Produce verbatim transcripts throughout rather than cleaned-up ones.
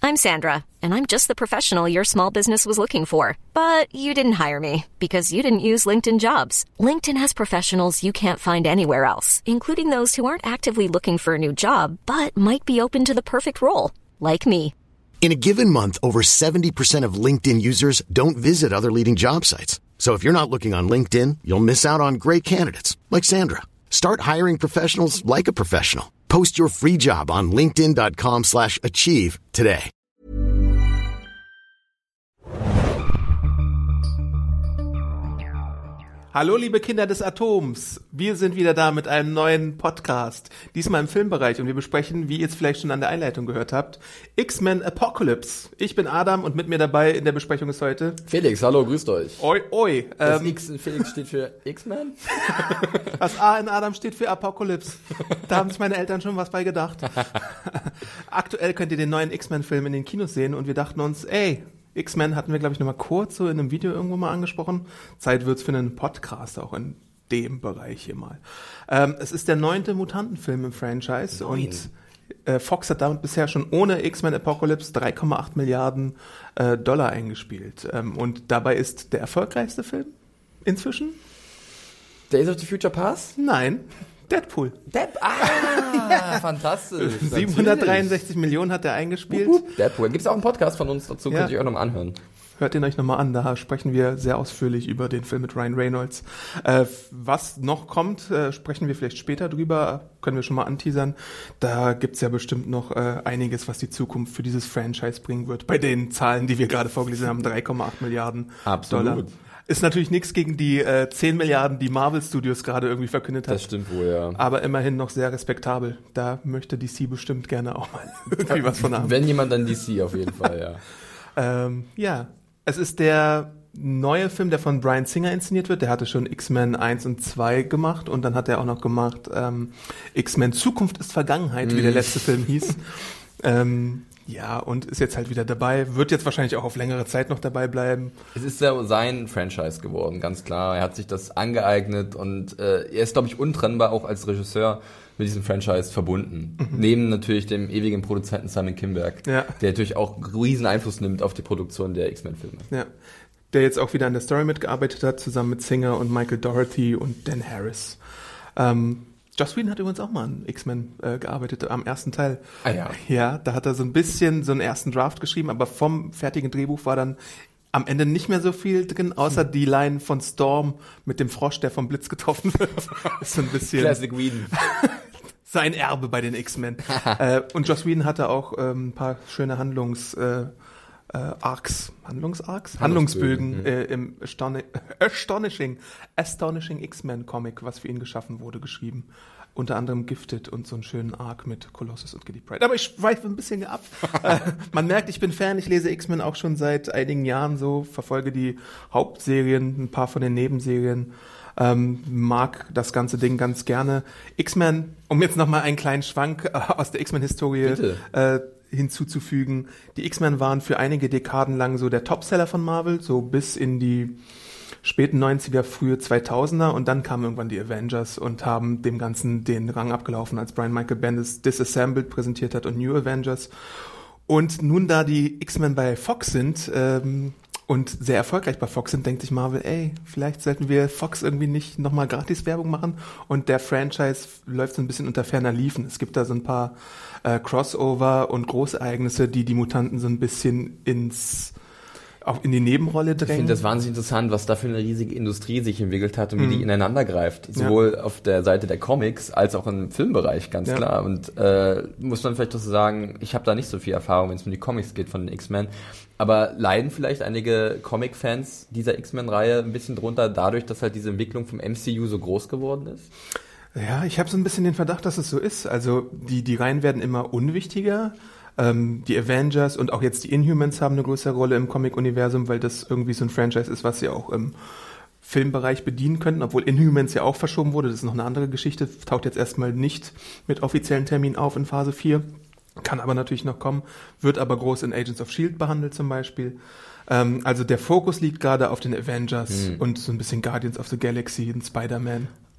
I'm Sandra, and I'm just the professional your small business was looking for. But you didn't hire me because you didn't use LinkedIn Jobs. LinkedIn has professionals you can't find anywhere else, including those who aren't actively looking for a new job, but might be open to the perfect role, like me. In a given month, over seventy percent of LinkedIn users don't visit other leading job sites. So if you're not looking on LinkedIn, you'll miss out on great candidates like Sandra. Start hiring professionals like a professional. Post your free job on linkedin.com slash achieve today. Hallo liebe Kinder des Atoms, wir sind wieder da mit einem neuen Podcast, diesmal im Filmbereich, und wir besprechen, wie ihr es vielleicht schon an der Einleitung gehört habt, X-Men Apocalypse. Ich bin Adam und mit mir dabei in der Besprechung ist heute Felix, hallo, grüßt euch. Oi, oi. Das Ähm, X in Felix steht für X-Men? Das A in Adam steht für Apocalypse. Da haben sich meine Eltern schon was bei gedacht. Aktuell könnt ihr den neuen X-Men-Film in den Kinos sehen und wir dachten uns, ey, X-Men hatten wir, glaube ich, nochmal kurz so in einem Video irgendwo mal angesprochen. Zeit wird's für einen Podcast auch in dem Bereich hier mal. Ähm, es ist der neunte Mutantenfilm im Franchise. Neun. Und äh, Fox hat damit bisher schon ohne X-Men Apocalypse drei Komma acht Milliarden äh, Dollar eingespielt. Ähm, und dabei ist der erfolgreichste Film inzwischen? Days of the Future Past? Nein. Deadpool. Depp, ah, ja. Fantastisch. siebenhundertdreiundsechzig Millionen hat er eingespielt. Uh, uh, Deadpool. Gibt es auch einen Podcast von uns dazu, ja. Könnt ihr euch auch nochmal anhören. Hört ihn euch nochmal an, da sprechen wir sehr ausführlich über den Film mit Ryan Reynolds. Äh, was noch kommt, äh, sprechen wir vielleicht später drüber, können wir schon mal anteasern. Da gibt's ja bestimmt noch äh, einiges, was die Zukunft für dieses Franchise bringen wird. Bei den Zahlen, die wir gerade vorgelesen haben, drei Komma acht Milliarden Absolut. Dollar. Ist natürlich nichts gegen die äh, zehn Milliarden, die Marvel Studios gerade irgendwie verkündet hat. Das stimmt wohl, ja. Aber immerhin noch sehr respektabel. Da möchte D C bestimmt gerne auch mal irgendwie was von haben. Wenn jemand, dann D C auf jeden Fall, ja. ähm, ja, es ist der neue Film, der von Bryan Singer inszeniert wird. Der hatte schon X-Men eins und zwei gemacht und dann hat er auch noch gemacht ähm, X-Men Zukunft ist Vergangenheit, wie der letzte Film hieß. Ähm, Ja, und ist jetzt halt wieder dabei, wird jetzt wahrscheinlich auch auf längere Zeit noch dabei bleiben. Es ist ja sein Franchise geworden, ganz klar. Er hat sich das angeeignet und äh, er ist, glaube ich, untrennbar auch als Regisseur mit diesem Franchise verbunden. Mhm. Neben natürlich dem ewigen Produzenten Simon Kinberg, ja. der natürlich auch riesen Einfluss nimmt auf die Produktion der X-Men-Filme. Ja, der jetzt auch wieder an der Story mitgearbeitet hat, zusammen mit Singer und Michael Dougherty und Dan Harris. Ähm, Joss Whedon hat übrigens auch mal an X-Men äh, gearbeitet, am ersten Teil. Ah ja. Ja, da hat er so ein bisschen so einen ersten Draft geschrieben, aber vom fertigen Drehbuch war dann am Ende nicht mehr so viel drin, außer die Line von Storm mit dem Frosch, der vom Blitz getroffen wird. Ist so ein bisschen Classic Whedon. sein Erbe bei den X-Men. äh, und Joss Whedon hatte auch ähm, ein paar schöne Handlungs... Äh, Äh, Arcs, Handlungsarcs? Handlungsbögen, Handlungsbögen äh, im Astoni- Astonishing, Astonishing X-Men Comic, was für ihn geschaffen wurde, geschrieben. Unter anderem Gifted und so einen schönen Arc mit Colossus und Kitty Pryde. Aber ich schweife ein bisschen ab. äh, man merkt, ich bin Fan, ich lese X-Men auch schon seit einigen Jahren so, verfolge die Hauptserien, ein paar von den Nebenserien, ähm, mag das ganze Ding ganz gerne. X-Men, um jetzt nochmal einen kleinen Schwank äh, aus der X-Men-Historie äh, hinzuzufügen. Die X-Men waren für einige Dekaden lang so der Topseller von Marvel, so bis in die späten neunziger, frühe zweitausender, und dann kamen irgendwann die Avengers und haben dem Ganzen den Rang abgelaufen, als Brian Michael Bendis Disassembled präsentiert hat und New Avengers. Und nun, da die X-Men bei Fox sind ähm, und sehr erfolgreich bei Fox sind, denkt sich Marvel, ey, vielleicht sollten wir Fox irgendwie nicht nochmal gratis Werbung machen. Und der Franchise läuft so ein bisschen unter ferner Liefen. Es gibt da so ein paar äh, Crossover und Großereignisse, die die Mutanten so ein bisschen ins auch in die Nebenrolle drängen. Ich finde das wahnsinnig interessant, was da für eine riesige Industrie sich entwickelt hat und wie mhm. die ineinander greift. Sowohl ja. auf der Seite der Comics als auch im Filmbereich, ganz ja. klar. Und äh, muss man vielleicht auch so sagen, ich habe da nicht so viel Erfahrung, wenn es um die Comics geht von den X-Men. Aber leiden vielleicht einige Comic-Fans dieser X-Men-Reihe ein bisschen drunter, dadurch, dass halt diese Entwicklung vom M C U so groß geworden ist? Ja, ich habe so ein bisschen den Verdacht, dass es so ist. Also die, die Reihen werden immer unwichtiger. Ähm, die Avengers und auch jetzt die Inhumans haben eine größere Rolle im Comic-Universum, weil das irgendwie so ein Franchise ist, was sie auch im Filmbereich bedienen könnten, obwohl Inhumans ja auch verschoben wurde. Das ist noch eine andere Geschichte, taucht jetzt erstmal nicht mit offiziellen Termin auf in Phase vier. Kann aber natürlich noch kommen, wird aber groß in Agents of S H I E L D behandelt zum Beispiel. Ähm, also der Fokus liegt gerade auf den Avengers hm. und so ein bisschen Guardians of the Galaxy und Spider-Man.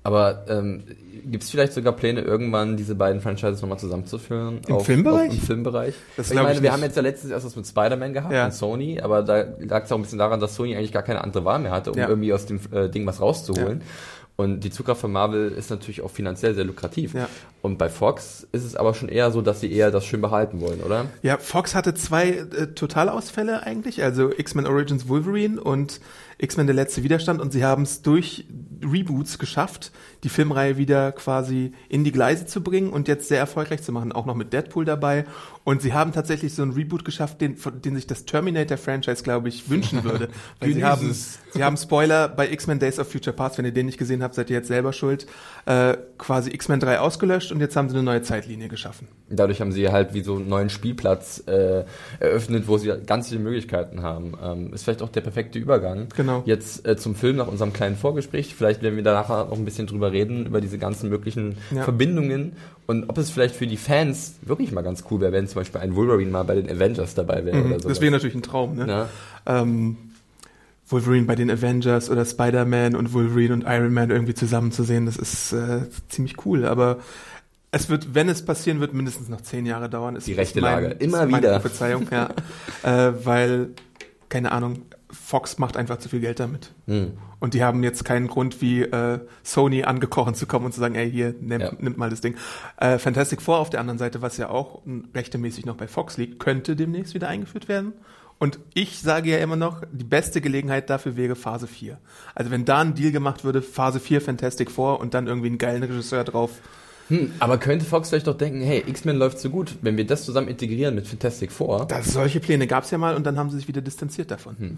Aber ähm, gibt es vielleicht sogar Pläne, irgendwann diese beiden Franchises nochmal zusammenzuführen? Im auf, Filmbereich? Auf, Im Filmbereich. Das ich meine, ich wir nicht. haben jetzt ja letztens erst was mit Spider-Man gehabt ja. und Sony, aber da lag es auch ein bisschen daran, dass Sony eigentlich gar keine andere Wahl mehr hatte, um ja. irgendwie aus dem äh, Ding was rauszuholen. Ja. Und die Zugkraft von Marvel ist natürlich auch finanziell sehr lukrativ. Ja. Und bei Fox ist es aber schon eher so, dass sie eher das schön behalten wollen, oder? Ja, Fox hatte zwei äh, Totalausfälle eigentlich, also X-Men Origins Wolverine und X-Men Der letzte Widerstand, und sie haben es durch Reboots geschafft, die Filmreihe wieder quasi in die Gleise zu bringen und jetzt sehr erfolgreich zu machen, auch noch mit Deadpool dabei. Und sie haben tatsächlich so einen Reboot geschafft, den, den sich das Terminator-Franchise, glaube ich, wünschen würde. Weil sie haben, sie haben Spoiler bei X-Men Days of Future Past, wenn ihr den nicht gesehen habt, seid ihr jetzt selber schuld, äh, quasi X-Men drei ausgelöscht und jetzt haben sie eine neue Zeitlinie geschaffen. Dadurch haben sie halt wie so einen neuen Spielplatz äh, eröffnet, wo sie ganz viele Möglichkeiten haben. Ähm, ist vielleicht auch der perfekte Übergang. Genau. Jetzt äh, zum Film nach unserem kleinen Vorgespräch. Vielleicht werden wir danach noch ein bisschen drüber reden, über diese ganzen möglichen ja. Verbindungen und ob es vielleicht für die Fans wirklich mal ganz cool wäre, wenn zum Beispiel ein Wolverine mal bei den Avengers dabei wäre. Mhm, oder so. Das wäre natürlich ein Traum, ne? Ähm, Wolverine bei den Avengers oder Spider-Man und Wolverine und Iron Man irgendwie zusammen zu sehen, das ist äh, ziemlich cool, aber es wird, wenn es passieren wird, mindestens noch zehn Jahre dauern. Ist die rechte mein, Lage, immer ist wieder. Verzeihung, ja. äh, weil, keine Ahnung, Fox macht einfach zu viel Geld damit. Hm. Und die haben jetzt keinen Grund, wie äh, Sony angekrochen zu kommen und zu sagen, ey, hier, nimm, ja. nimmt mal das Ding. Äh, Fantastic Four auf der anderen Seite, was ja auch rechtemäßig noch bei Fox liegt, könnte demnächst wieder eingeführt werden. Und ich sage ja immer noch, die beste Gelegenheit dafür wäre Phase vier. Also wenn da ein Deal gemacht würde, Phase vier Fantastic Four und dann irgendwie einen geilen Regisseur drauf. Hm, aber könnte Fox vielleicht doch denken, hey, X-Men läuft so gut, wenn wir das zusammen integrieren mit Fantastic Four. Das, solche Pläne gab es ja mal und dann haben sie sich wieder distanziert davon. Hm.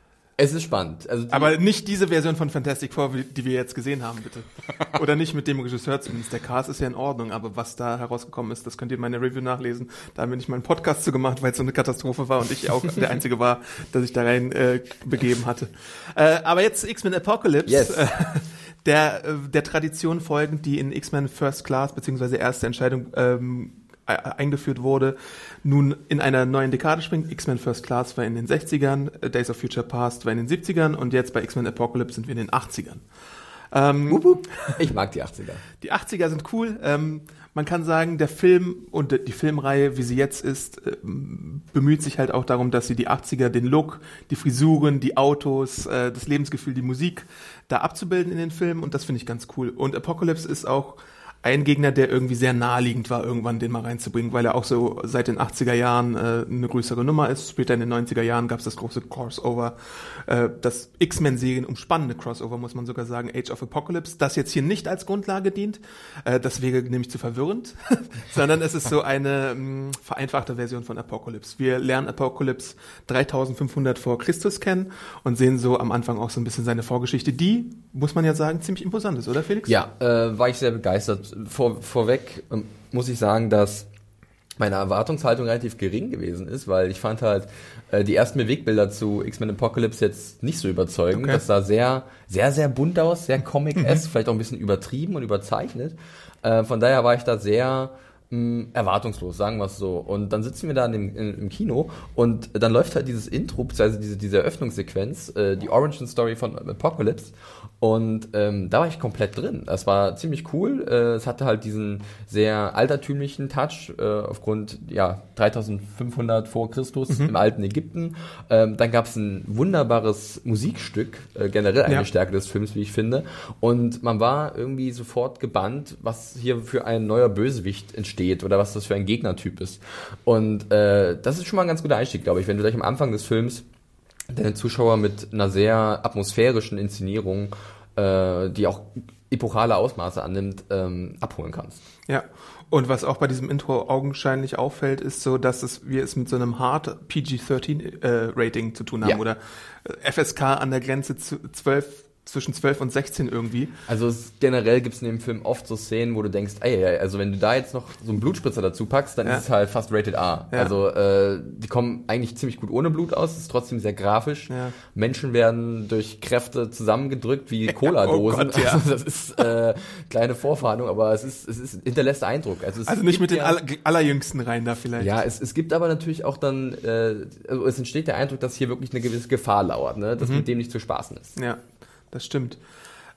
Es ist spannend. Also die aber nicht diese Version von Fantastic Four, die wir jetzt gesehen haben, bitte. Oder nicht mit dem Regisseur zumindest. Der Cast ist ja in Ordnung, aber was da herausgekommen ist, das könnt ihr in meiner Review nachlesen. Da haben wir nicht mal einen Podcast zu gemacht, weil es so eine Katastrophe war und ich auch der Einzige war, der sich da rein äh, begeben hatte. Äh, aber jetzt X-Men Apocalypse. Yes. Äh, der, der Tradition folgend, die in X-Men First Class beziehungsweise erste Entscheidung ähm, eingeführt wurde, nun in einer neuen Dekade springt. X-Men First Class war in den sechzigern, Days of Future Past war in den siebzigern und jetzt bei X-Men Apocalypse sind wir in den achtzigern. Ähm, ich mag die achtziger. Die achtziger sind cool. Ähm, man kann sagen, der Film und die Filmreihe, wie sie jetzt ist, äh, bemüht sich halt auch darum, dass sie die achtziger, den Look, die Frisuren, die Autos, äh, das Lebensgefühl, die Musik da abzubilden in den Filmen, und das finde ich ganz cool. Und Apocalypse ist auch ein Gegner, der irgendwie sehr naheliegend war, irgendwann den mal reinzubringen, weil er auch so seit den achtziger Jahren äh, eine größere Nummer ist. Später in den neunziger Jahren gab es das große Crossover, äh, das X-Men-Serien umspannende Crossover, muss man sogar sagen, Age of Apocalypse, das jetzt hier nicht als Grundlage dient. Äh, das wäre nämlich zu verwirrend, sondern es ist so eine mh, vereinfachte Version von Apocalypse. Wir lernen Apocalypse dreitausendfünfhundert vor Christus kennen und sehen so am Anfang auch so ein bisschen seine Vorgeschichte, die, muss man ja sagen, ziemlich imposant ist, oder Felix? Ja, äh, war ich sehr begeistert. Vor, vorweg ähm, muss ich sagen, dass meine Erwartungshaltung relativ gering gewesen ist, weil ich fand halt äh, die ersten Bewegbilder zu X-Men Apocalypse jetzt nicht so überzeugend. Okay. Das sah sehr, sehr, sehr bunt aus, sehr Comic-esque, mhm. vielleicht auch ein bisschen übertrieben und überzeichnet. Äh, von daher war ich da sehr mh, erwartungslos, sagen wir es so. Und dann sitzen wir da in dem, in, im Kino und dann läuft halt dieses Intro, beziehungsweise diese, diese Eröffnungssequenz, äh, die Origin-Story von Apocalypse. Und ähm, da war ich komplett drin. Das war ziemlich cool. Äh, es hatte halt diesen sehr altertümlichen Touch äh, aufgrund ja dreitausendfünfhundert vor Christus mhm. im alten Ägypten. Ähm, dann gab es ein wunderbares Musikstück, äh, generell eine ja. Stärke des Films, wie ich finde. Und man war irgendwie sofort gebannt, was hier für ein neuer Bösewicht entsteht oder was das für ein Gegnertyp ist. Und äh, das ist schon mal ein ganz guter Einstieg, glaube ich, wenn du gleich am Anfang des Films den Zuschauer mit einer sehr atmosphärischen Inszenierung, äh, die auch epochale Ausmaße annimmt, ähm, abholen kannst. Ja, und was auch bei diesem Intro augenscheinlich auffällt, ist so, dass es, wir es mit so einem Hard P G dreizehn äh, Rating zu tun haben, ja. oder F S K an der Grenze zu zwölf, zwischen zwölf und sechzehn irgendwie. Also es, generell gibt es in dem Film oft so Szenen, wo du denkst, ey, also wenn du da jetzt noch so einen Blutspritzer dazu packst, dann ja. ist es halt fast Rated R. Ja. Also äh, die kommen eigentlich ziemlich gut ohne Blut aus, es ist trotzdem sehr grafisch. Ja. Menschen werden durch Kräfte zusammengedrückt wie Cola-Dosen. Oh Gott, ja. Also das ist äh, kleine Vorwarnung, aber es ist, es ist hinterlässt Eindruck. Also, es also nicht mit den ja, aller, allerjüngsten rein da vielleicht. Ja, es, es gibt aber natürlich auch dann, äh, also es entsteht der Eindruck, dass hier wirklich eine gewisse Gefahr lauert, ne? Dass mhm. mit dem nicht zu spaßen ist. Ja. Das stimmt.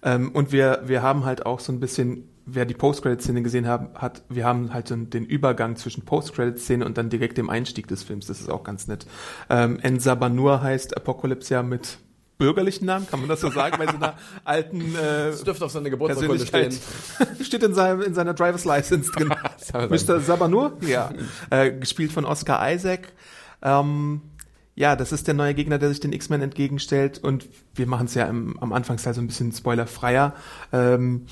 Ähm, und wir, wir haben halt auch so ein bisschen, wer die Post-Credit-Szene gesehen hat, hat, wir haben halt so den Übergang zwischen Post-Credit-Szene und dann direkt dem Einstieg des Films. Das ist auch ganz nett. Ähm, N'Zabanur heißt Apocalypse ja mit bürgerlichen Namen, kann man das so sagen, bei so einer alten äh, das dürfte auf seiner Geburtsurkunde stehen. Steht in, seinem, in seiner Driver's License drin. Mister Zabanur? Ja. Äh, gespielt von Oscar Isaac. Ähm, ja, das ist der neue Gegner, der sich den X-Men entgegenstellt und wir machen es ja im, am Anfangsteil so ein bisschen spoilerfreier. Ähm,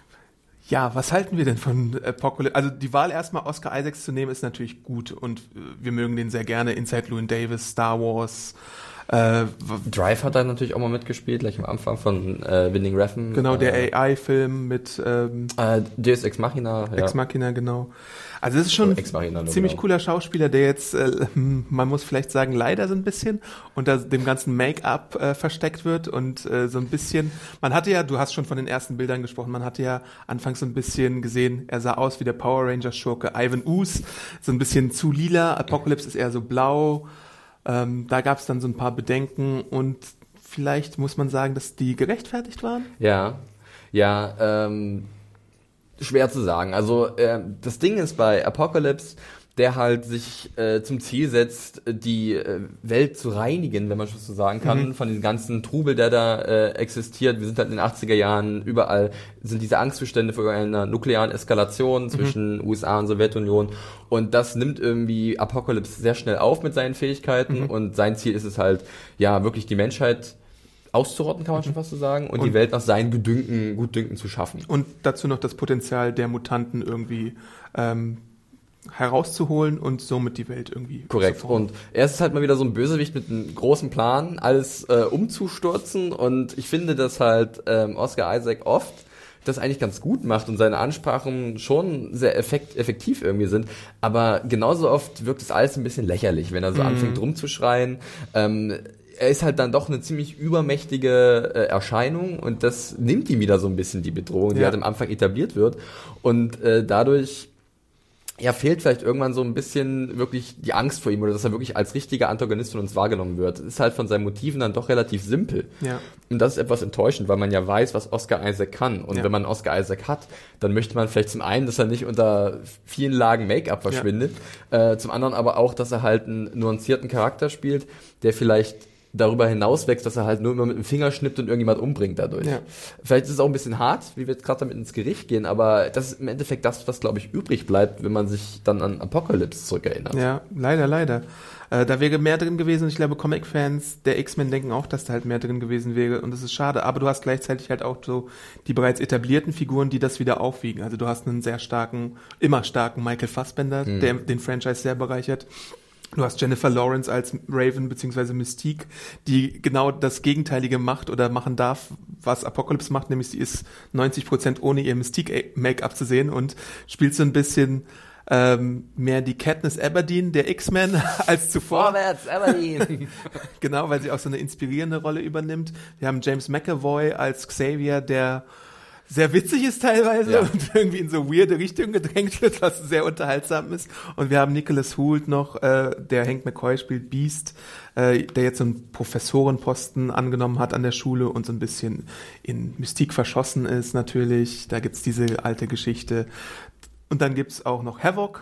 ja, was halten wir denn von Apocalypse? Also die Wahl erstmal Oscar Isaacs zu nehmen ist natürlich gut und wir mögen den sehr gerne. Inside Llewyn Davis, Star Wars. Äh, Drive hat da natürlich auch mal mitgespielt, gleich am Anfang von äh, Winding Refn. Genau, der äh, A I-Film mit ähm, äh, Deus Ex Machina. Ex Machina, ja. Genau. Also das ist schon oh, ein ziemlich genau. cooler Schauspieler, der jetzt, äh, man muss vielleicht sagen, leider so ein bisschen unter dem ganzen Make-up äh, versteckt wird und äh, so ein bisschen, man hatte ja, du hast schon von den ersten Bildern gesprochen, man hatte ja anfangs so ein bisschen gesehen, er sah aus wie der Power Rangers-Schurke Ivan Ooze, so ein bisschen zu lila, Apocalypse ist eher so blau. Ähm, da gab es dann so ein paar Bedenken und vielleicht muss man sagen, dass die gerechtfertigt waren? Ja, ja, ähm, schwer zu sagen. Also äh, das Ding ist bei Apocalypse, der halt sich äh, zum Ziel setzt, die äh, Welt zu reinigen, wenn man schon so sagen kann, mhm. von dem ganzen Trubel, der da äh, existiert. Wir sind halt in den achtziger Jahren, überall sind diese Angstzustände vor einer nuklearen Eskalation zwischen mhm. U S A und Sowjetunion. Und das nimmt irgendwie Apocalypse sehr schnell auf mit seinen Fähigkeiten. Mhm. Und sein Ziel ist es halt, ja, wirklich die Menschheit auszurotten, kann man schon fast so sagen, und, und die Welt nach seinen Gutdünken, Gutdünken zu schaffen. Und dazu noch das Potenzial der Mutanten irgendwie ähm, herauszuholen und somit die Welt irgendwie korrekt. Und er ist halt mal wieder so ein Bösewicht mit einem großen Plan, alles äh, umzustürzen. Und ich finde, dass halt ähm, Oscar Isaac oft das eigentlich ganz gut macht und seine Ansprachen schon sehr effekt, effektiv irgendwie sind. Aber genauso oft wirkt es alles ein bisschen lächerlich, wenn er so mhm. anfängt rumzuschreien. Ähm, er ist halt dann doch eine ziemlich übermächtige äh, Erscheinung und das nimmt ihm wieder so ein bisschen die Bedrohung, die ja. halt am Anfang etabliert wird. Und äh, dadurch ja, fehlt vielleicht irgendwann so ein bisschen wirklich die Angst vor ihm oder dass er wirklich als richtiger Antagonist von uns wahrgenommen wird. Es ist halt von seinen Motiven dann doch relativ simpel. Ja. Und das ist etwas enttäuschend, weil man ja weiß, was Oscar Isaac kann. Und ja. wenn man Oscar Isaac hat, dann möchte man vielleicht zum einen, dass er nicht unter vielen Lagen Make-up verschwindet, ja. äh, zum anderen aber auch, dass er halt einen nuancierten Charakter spielt, der vielleicht darüber hinaus wächst, dass er halt nur immer mit dem Finger schnippt und irgendjemand umbringt dadurch. Ja. Vielleicht ist es auch ein bisschen hart, wie wir jetzt gerade damit ins Gericht gehen, aber das ist im Endeffekt das, was, glaube ich, übrig bleibt, wenn man sich dann an Apocalypse zurückerinnert. Ja, leider, leider. Äh, da wäre mehr drin gewesen und ich glaube, Comic-Fans der X-Men denken auch, dass da halt mehr drin gewesen wäre und das ist schade. Aber du hast gleichzeitig halt auch so die bereits etablierten Figuren, die das wieder aufwiegen. Also du hast einen sehr starken, immer starken Michael Fassbender, mhm. der den Franchise sehr bereichert. Du hast Jennifer Lawrence als Raven bzw. Mystique, die genau das Gegenteilige macht oder machen darf, was Apocalypse macht, nämlich sie ist neunzig Prozent ohne ihr Mystique-Make-up zu sehen und spielt so ein bisschen ähm, mehr die Katniss Everdeen der X-Men als zuvor. Vorwärts, Everdeen! Genau, weil sie auch so eine inspirierende Rolle übernimmt. Wir haben James McAvoy als Xavier, der sehr witzig ist teilweise ja. und irgendwie in so weirde Richtungen gedrängt wird, was sehr unterhaltsam ist. Und wir haben Nicholas Hoult noch, äh, der Hank McCoy spielt Beast, äh, der jetzt so einen Professorenposten angenommen hat an der Schule und so ein bisschen in Mystik verschossen ist natürlich. Da gibt's diese alte Geschichte. Und dann gibt's auch noch Havoc,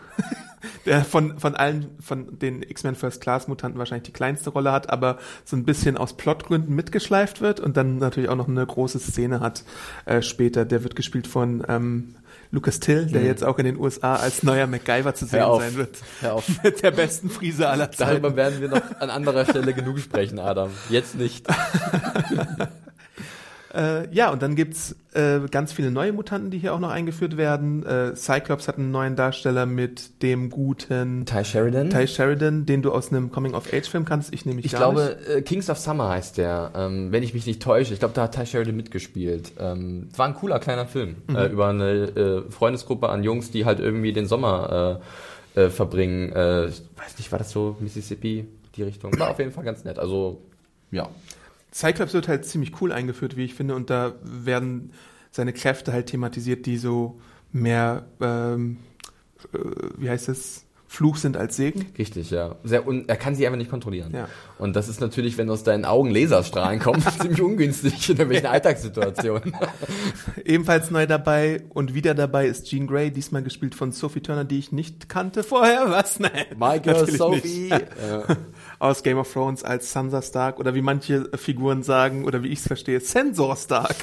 der von von allen von den X-Men First Class Mutanten wahrscheinlich die kleinste Rolle hat, aber so ein bisschen aus Plotgründen mitgeschleift wird und dann natürlich auch noch eine große Szene hat äh, später. Der wird gespielt von ähm, Lucas Till, der mhm. jetzt auch in den U S A als neuer MacGyver zu sehen sein wird. Hör auf. Mit der besten Frise aller Zeiten. Darüber werden wir noch an anderer Stelle genug sprechen, Adam. Jetzt nicht. Äh, ja, und dann gibt's äh, ganz viele neue Mutanten, die hier auch noch eingeführt werden. Äh, Cyclops hat einen neuen Darsteller mit dem guten Ty Sheridan. Ty Sheridan, den du aus einem Coming-of-Age-Film kannst. Ich nämlich Ich gar glaube, nicht. Äh, Kings of Summer heißt der, ähm, wenn ich mich nicht täusche. Ich glaube, da hat Ty Sheridan mitgespielt. Ähm, war ein cooler kleiner Film mhm. äh, über eine äh, Freundesgruppe an Jungs, die halt irgendwie den Sommer äh, äh, verbringen. Äh, ich weiß nicht, war das so Mississippi, die Richtung? War auf jeden Fall ganz nett. Also, ja. Cyclops wird halt ziemlich cool eingeführt, wie ich finde, und da werden seine Kräfte halt thematisiert, die so mehr, ähm, äh, wie heißt es, Fluch sind als Segen. Richtig, ja. Sehr un- er kann sie einfach nicht kontrollieren. Ja. Und das ist natürlich, wenn aus deinen Augen Laserstrahlen kommen, ziemlich ungünstig in irgendwelchen Alltagssituationen. Ebenfalls neu dabei und wieder dabei ist Jean Grey, diesmal gespielt von Sophie Turner, die ich nicht kannte vorher. Was? Nein, My girl natürlich Sophie. nicht. Aus Game of Thrones als Sansa Stark oder wie manche Figuren sagen oder wie ich es verstehe, Sensor Stark.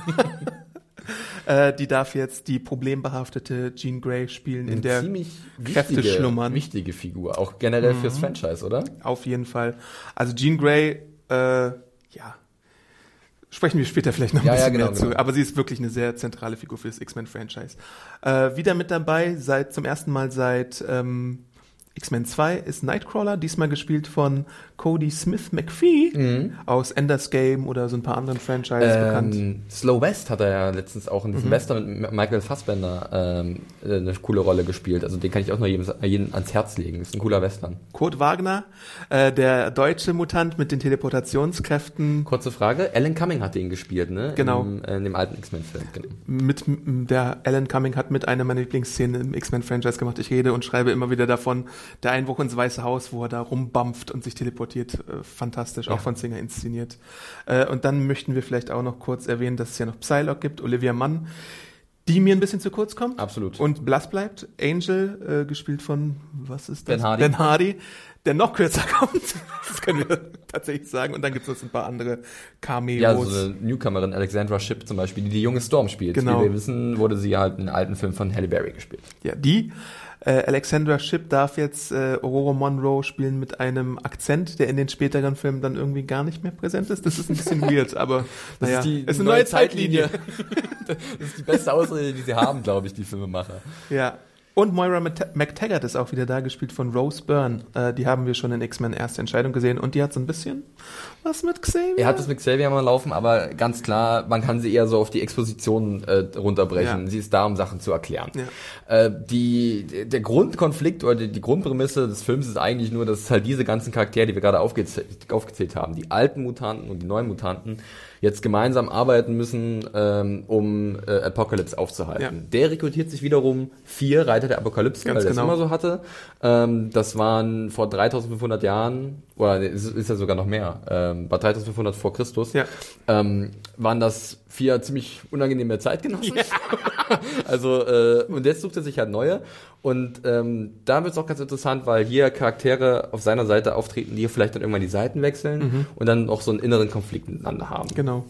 Äh, die darf jetzt die problembehaftete Jean Grey spielen, in der ziemlich Kräfte wichtige, schlummern. wichtige Figur, auch generell mhm. fürs Franchise, oder? Auf jeden Fall. Also Jean Grey, äh, ja, sprechen wir später vielleicht noch ein ja, bisschen ja, genau, mehr zu. Genau. Aber sie ist wirklich eine sehr zentrale Figur für das X-Men-Franchise. Äh, wieder mit dabei, seit zum ersten Mal seit ähm, X-Men zwei ist Nightcrawler, diesmal gespielt von Cody Smith McPhee mhm. aus Ender's Game oder so ein paar anderen Franchises ähm, bekannt. Slow West hat er ja letztens auch in diesem mhm. Western mit Michael Fassbender ähm, eine coole Rolle gespielt. Also den kann ich auch nur jedem, jedem ans Herz legen. Das ist ein cooler Western. Kurt Wagner, äh, der deutsche Mutant mit den Teleportationskräften. Kurze Frage, Alan Cumming hat den gespielt, ne? Genau. Im, äh, in dem alten X-Men-Film. Genau. Mit, der Alan Cumming hat mit einer meiner Lieblingsszenen im X-Men-Franchise gemacht. Ich rede und schreibe immer wieder davon, der Einbruch ins Weiße Haus, wo er da rumbampft und sich teleportiert. Äh, fantastisch, auch ja. von Singer inszeniert. Äh, und dann möchten wir vielleicht auch noch kurz erwähnen, dass es ja noch Psylocke gibt, Olivia Munn, die mir ein bisschen zu kurz kommt. Absolut. Und blass bleibt. Angel, äh, gespielt von, was ist das? Ben Hardy. Ben Hardy, der noch kürzer kommt. Das können wir tatsächlich sagen. Und dann gibt es noch ein paar andere Cameos. Ja, so eine Newcomerin, Alexandra Shipp zum Beispiel, die die junge Storm spielt. Genau. Wie wir wissen, wurde sie halt in einem alten Film von Halle Berry gespielt. Ja, die Äh, Alexandra Shipp darf jetzt äh, Aurora Monroe spielen mit einem Akzent, der in den späteren Filmen dann irgendwie gar nicht mehr präsent ist. Das ist ein bisschen weird, aber das naja, ist, die ist eine neue, neue Zeitlinie. Das ist die beste Ausrede, die sie haben, glaube ich, die Filmemacher. Ja. Und Moira McTaggart ist auch wieder da, gespielt von Rose Byrne. Äh, die haben wir schon in X-Men Erste Entscheidung gesehen und die hat so ein bisschen was mit Xavier. Er hat das mit Xavier mal laufen, aber ganz klar, man kann sie eher so auf die Exposition äh, runterbrechen. Ja. Sie ist da, um Sachen zu erklären. Ja. Äh, die, der Grundkonflikt oder die, die Grundprämisse des Films ist eigentlich nur, dass halt diese ganzen Charaktere, die wir gerade aufgezählt, aufgezählt haben, die alten Mutanten und die neuen Mutanten, jetzt gemeinsam arbeiten müssen, ähm, um äh, Apocalypse aufzuhalten. Ja. Der rekrutiert sich wiederum vier Reiter der Apokalypse, Ganz weil er genau. das immer so hatte. Ähm, das waren vor dreitausendfünfhundert Jahren, oder ist, ist ja sogar noch mehr, ähm, war dreitausendfünfhundert vor Christus, ja. ähm, waren das vier ziemlich unangenehme Zeitgenossen. Ja. Also, äh, und jetzt sucht er sich halt neue. Und ähm, da wird es auch ganz interessant, weil hier Charaktere auf seiner Seite auftreten, die vielleicht dann irgendwann die Seiten wechseln mhm. und dann auch so einen inneren Konflikt miteinander haben. Genau.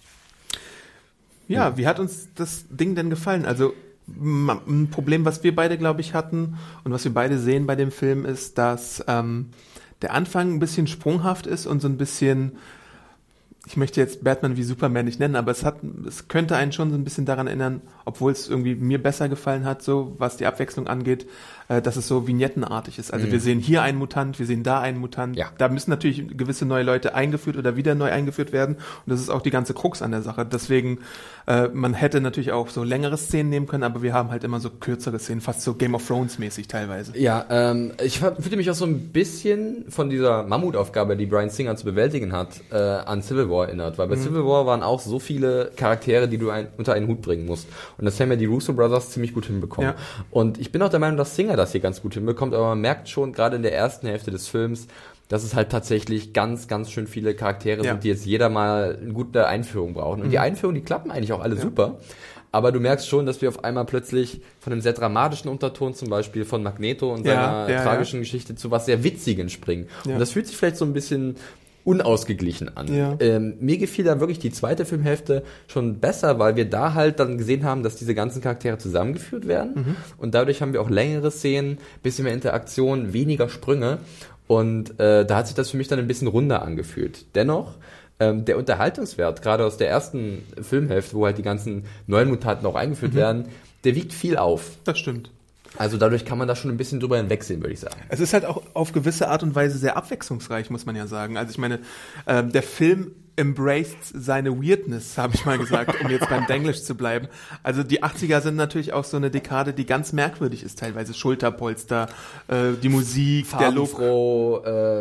Ja, ja, wie hat uns das Ding denn gefallen? Also ein Problem, was wir beide, glaube ich, hatten und was wir beide sehen bei dem Film, ist, dass ähm, der Anfang ein bisschen sprunghaft ist und so ein bisschen, ich möchte jetzt Batman wie Superman nicht nennen, aber es hat, es könnte einen schon so ein bisschen daran erinnern, obwohl es irgendwie mir besser gefallen hat, so was die Abwechslung angeht, äh, dass es so vignettenartig ist. Also mhm. wir sehen hier einen Mutant, wir sehen da einen Mutant. Ja. Da müssen natürlich gewisse neue Leute eingeführt oder wieder neu eingeführt werden. Und das ist auch die ganze Krux an der Sache. Deswegen, äh, man hätte natürlich auch so längere Szenen nehmen können, aber wir haben halt immer so kürzere Szenen, fast so Game of Thrones mäßig teilweise. Ja, ähm, ich fühlte mich auch so ein bisschen von dieser Mammutaufgabe, die Bryan Singer zu bewältigen hat, äh, an Civil War erinnert. Weil bei mhm. Civil War waren auch so viele Charaktere, die du ein, unter einen Hut bringen musst. Und das haben ja die Russo Brothers ziemlich gut hinbekommen. Ja. Und ich bin auch der Meinung, dass Singer das hier ganz gut hinbekommt, aber man merkt schon, gerade in der ersten Hälfte des Films, dass es halt tatsächlich ganz, ganz schön viele Charaktere ja. sind, die jetzt jeder mal eine gute Einführung brauchen. Und mhm. die Einführungen, die klappen eigentlich auch alle ja. super. Aber du merkst schon, dass wir auf einmal plötzlich von einem sehr dramatischen Unterton, zum Beispiel von Magneto und ja, seiner ja, tragischen ja. Geschichte, zu was sehr Witzigen springen. Ja. Und das fühlt sich vielleicht so ein bisschen unausgeglichen an. Ja. Ähm, mir gefiel da wirklich die zweite Filmhälfte schon besser, weil wir da halt dann gesehen haben, dass diese ganzen Charaktere zusammengeführt werden mhm. und dadurch haben wir auch längere Szenen, bisschen mehr Interaktion, weniger Sprünge und äh, da hat sich das für mich dann ein bisschen runder angefühlt. Dennoch, ähm, der Unterhaltungswert, gerade aus der ersten Filmhälfte, wo halt die ganzen neuen Mutanten auch eingeführt mhm. werden, der wiegt viel auf. Das stimmt. Also dadurch kann man da schon ein bisschen drüber hinwegsehen, würde ich sagen. Es ist halt auch auf gewisse Art und Weise sehr abwechslungsreich, muss man ja sagen. Also ich meine, äh, der Film embraced seine Weirdness, habe ich mal gesagt, um jetzt beim Denglisch zu bleiben. Also die achtziger sind natürlich auch so eine Dekade, die ganz merkwürdig ist teilweise. Schulterpolster, äh, die Musik, der Look. Farbenfroh, äh,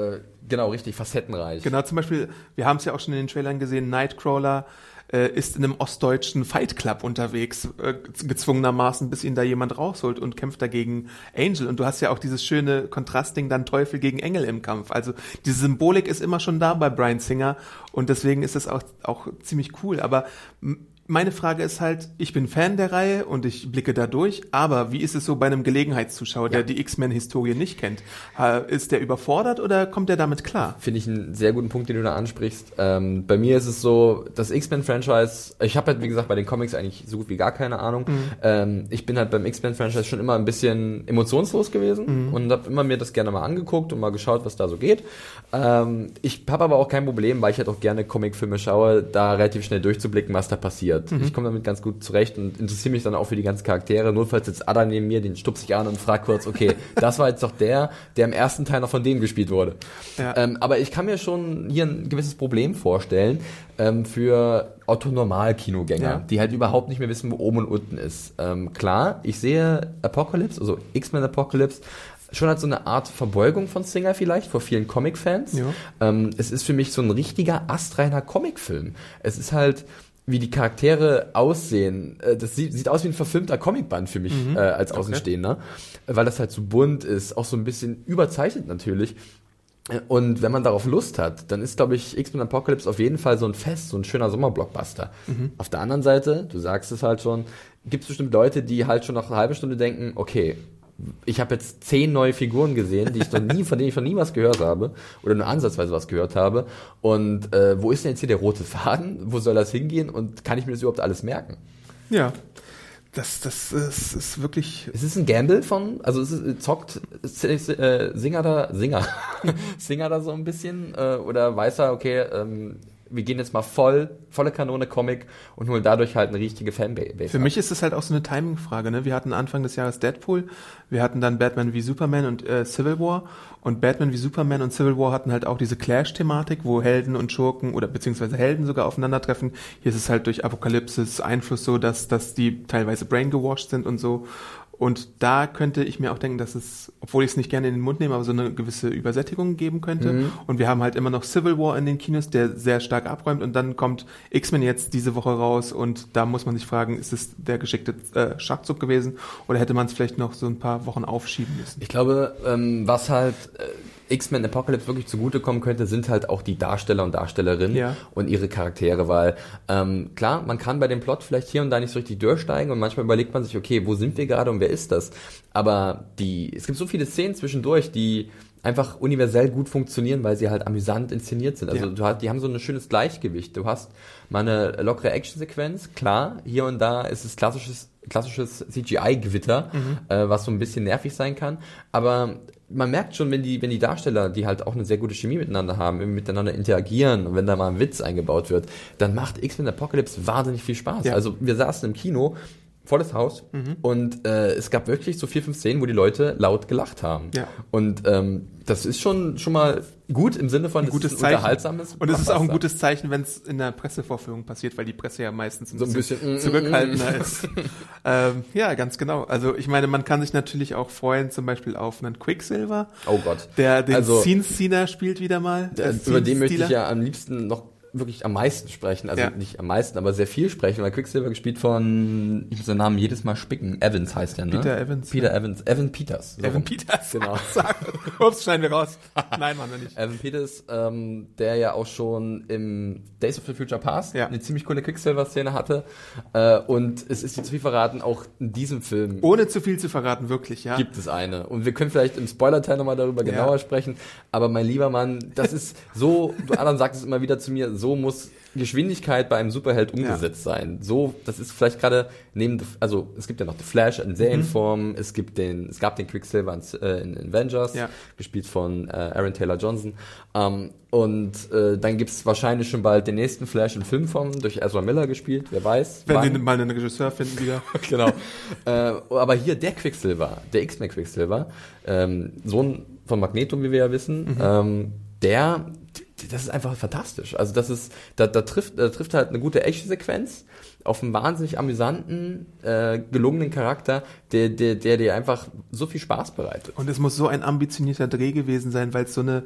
Genau, richtig, facettenreich. Genau, zum Beispiel, wir haben es ja auch schon in den Trailern gesehen, Nightcrawler äh, ist in einem ostdeutschen Fight Club unterwegs, äh, gezwungenermaßen, bis ihn da jemand rausholt und kämpft dagegen Angel. Und du hast ja auch dieses schöne Kontrastding, dann Teufel gegen Engel im Kampf. Also diese Symbolik ist immer schon da bei Bryan Singer und deswegen ist das auch, auch ziemlich cool. Aber m- meine Frage ist halt, ich bin Fan der Reihe und ich blicke da durch, aber wie ist es so bei einem Gelegenheitszuschauer, der ja. die X-Men-Historie nicht kennt? Ist der überfordert oder kommt der damit klar? Finde ich einen sehr guten Punkt, den du da ansprichst. Ähm, bei mir ist es so, das X-Men-Franchise, ich habe halt, wie gesagt, bei den Comics eigentlich so gut wie gar keine Ahnung. Mhm. Ähm, ich bin halt beim X-Men-Franchise schon immer ein bisschen emotionslos gewesen mhm. und habe immer mir das gerne mal angeguckt und mal geschaut, was da so geht. Ähm, ich habe aber auch kein Problem, weil ich halt auch gerne Comicfilme schaue, da relativ schnell durchzublicken, was da passiert. Mhm. Ich komme damit ganz gut zurecht und interessiere mich dann auch für die ganzen Charaktere. Notfalls sitzt Ada neben mir, den stupse ich an und frage kurz, okay, das war jetzt doch der, der im ersten Teil noch von dem gespielt wurde. Ja. Ähm, aber ich kann mir schon hier ein gewisses Problem vorstellen ähm, für Otto-Normal-Kinogänger, ja. die halt überhaupt nicht mehr wissen, wo oben und unten ist. Ähm, klar, ich sehe Apocalypse, also X-Men Apocalypse, schon als so eine Art Verbeugung von Singer vielleicht vor vielen Comic-Fans. Ja. Ähm, es ist für mich so ein richtiger astreiner Comicfilm. Es ist halt, wie die Charaktere aussehen, das sieht, sieht aus wie ein verfilmter Comicband für mich mhm. äh, als Außenstehender, okay. weil das halt so bunt ist, auch so ein bisschen überzeichnet natürlich. Und wenn man darauf Lust hat, dann ist, glaube ich, X-Men Apocalypse auf jeden Fall so ein Fest, so ein schöner Sommerblockbuster. Mhm. Auf der anderen Seite, du sagst es halt schon, gibt es bestimmt Leute, die halt schon nach einer halben Stunde denken, okay, ich habe jetzt zehn neue Figuren gesehen, die ich noch nie, von denen ich noch nie was gehört habe oder nur ansatzweise was gehört habe. Und äh, wo ist denn jetzt hier der rote Faden? Wo soll das hingehen? Und kann ich mir das überhaupt alles merken? Ja, das, das ist, ist wirklich. Ist es ein Gamble von? Also ist es, zockt äh, Singer da Singer Singer da so ein bisschen äh, oder weiß er, okay, ähm, wir gehen jetzt mal voll, volle Kanone Comic und holen dadurch halt eine richtige Fanbase. Für ab. mich ist es halt auch so eine Timing-Frage, ne? Wir hatten Anfang des Jahres Deadpool, wir hatten dann Batman wie Superman und äh, Civil War und Batman wie Superman und Civil War hatten halt auch diese Clash-Thematik, wo Helden und Schurken oder beziehungsweise Helden sogar aufeinandertreffen. Hier ist es halt durch Apokalypses Einfluss so, dass, dass die teilweise brain-gewashed sind und so. Und da könnte ich mir auch denken, dass es, obwohl ich es nicht gerne in den Mund nehme, aber so eine gewisse Übersättigung geben könnte. Mhm. Und wir haben halt immer noch Civil War in den Kinos, der sehr stark abräumt. Und dann kommt X-Men jetzt diese Woche raus. Und da muss man sich fragen, ist es der geschickte äh, Schachzug gewesen? Oder hätte man es vielleicht noch so ein paar Wochen aufschieben müssen? Ich glaube, ähm, was halt äh, X-Men Apocalypse wirklich zugutekommen könnte, sind halt auch die Darsteller und Darstellerinnen ja. und ihre Charaktere, weil ähm, klar, man kann bei dem Plot vielleicht hier und da nicht so richtig durchsteigen und manchmal überlegt man sich, okay, wo sind wir gerade und wer ist das? Aber die, es gibt so viele Szenen zwischendurch, die einfach universell gut funktionieren, weil sie halt amüsant inszeniert sind. Also ja. du hast, die haben so ein schönes Gleichgewicht. Du hast mal eine lockere Actionsequenz, klar, hier und da ist es klassisches klassisches C G I-Gewitter, mhm. äh, was so ein bisschen nervig sein kann, aber man merkt schon, wenn die wenn die Darsteller, die halt auch eine sehr gute Chemie miteinander haben, miteinander interagieren und wenn da mal ein Witz eingebaut wird, dann macht X-Men Apocalypse wahnsinnig viel Spaß. Ja. Also wir saßen im Kino, volles Haus mhm. und äh, es gab wirklich so vier, fünf Szenen, wo die Leute laut gelacht haben. Ja. Und ähm, das ist schon schon mal gut im Sinne von, ein gutes ist ein unterhaltsames. Und es ist auch ein gutes Zeichen, wenn es in der Pressevorführung passiert, weil die Presse ja meistens ein so bisschen, ein bisschen zurückhaltender ist. ähm, ja, ganz genau. Also ich meine, man kann sich natürlich auch freuen, zum Beispiel auf einen Quicksilver. Oh Gott. Der den also, Scene-Stealer spielt wieder mal. Der, über den möchte ich ja am liebsten noch wirklich am meisten sprechen, also ja. nicht am meisten, aber sehr viel sprechen, weil Quicksilver gespielt von, ich muss den Namen jedes Mal spicken, Evans heißt der, ne? Peter Evans. Peter ja. Evans, Evan Peters. So. Evan Peters, genau. Ups, schneiden wir raus. Nein, machen wir nicht. Evan Peters, ähm, der ja auch schon im Days of the Future Past ja. eine ziemlich coole Quicksilver-Szene hatte äh, und es ist dir zu viel verraten, auch in diesem Film. Ohne zu viel zu verraten, wirklich, ja. Gibt es eine. Und wir können vielleicht im Spoiler-Teil nochmal darüber ja. genauer sprechen, aber mein lieber Mann, das ist so, du Adam sagst es immer wieder zu mir, so muss Geschwindigkeit bei einem Superheld umgesetzt ja. sein. So, das ist vielleicht gerade neben, also es gibt ja noch The Flash in Serienform, mhm. es gibt den, es gab den Quicksilver in, äh, in Avengers, ja. gespielt von äh, Aaron Taylor Johnson. Ähm, und äh, dann gibt's wahrscheinlich schon bald den nächsten Flash in Filmform durch Ezra Miller gespielt, wer weiß. Wenn wir mal einen Regisseur finden wieder. Genau. äh, aber hier der Quicksilver, der X-Men Quicksilver, ähm, Sohn von Magneto, wie wir ja wissen, mhm. ähm, der das ist einfach fantastisch. Also das ist, da, da trifft, da trifft halt eine gute Action-Sequenz auf einen wahnsinnig amüsanten, äh, gelungenen Charakter, der, der, der dir einfach so viel Spaß bereitet. Und es muss so ein ambitionierter Dreh gewesen sein, weil es so eine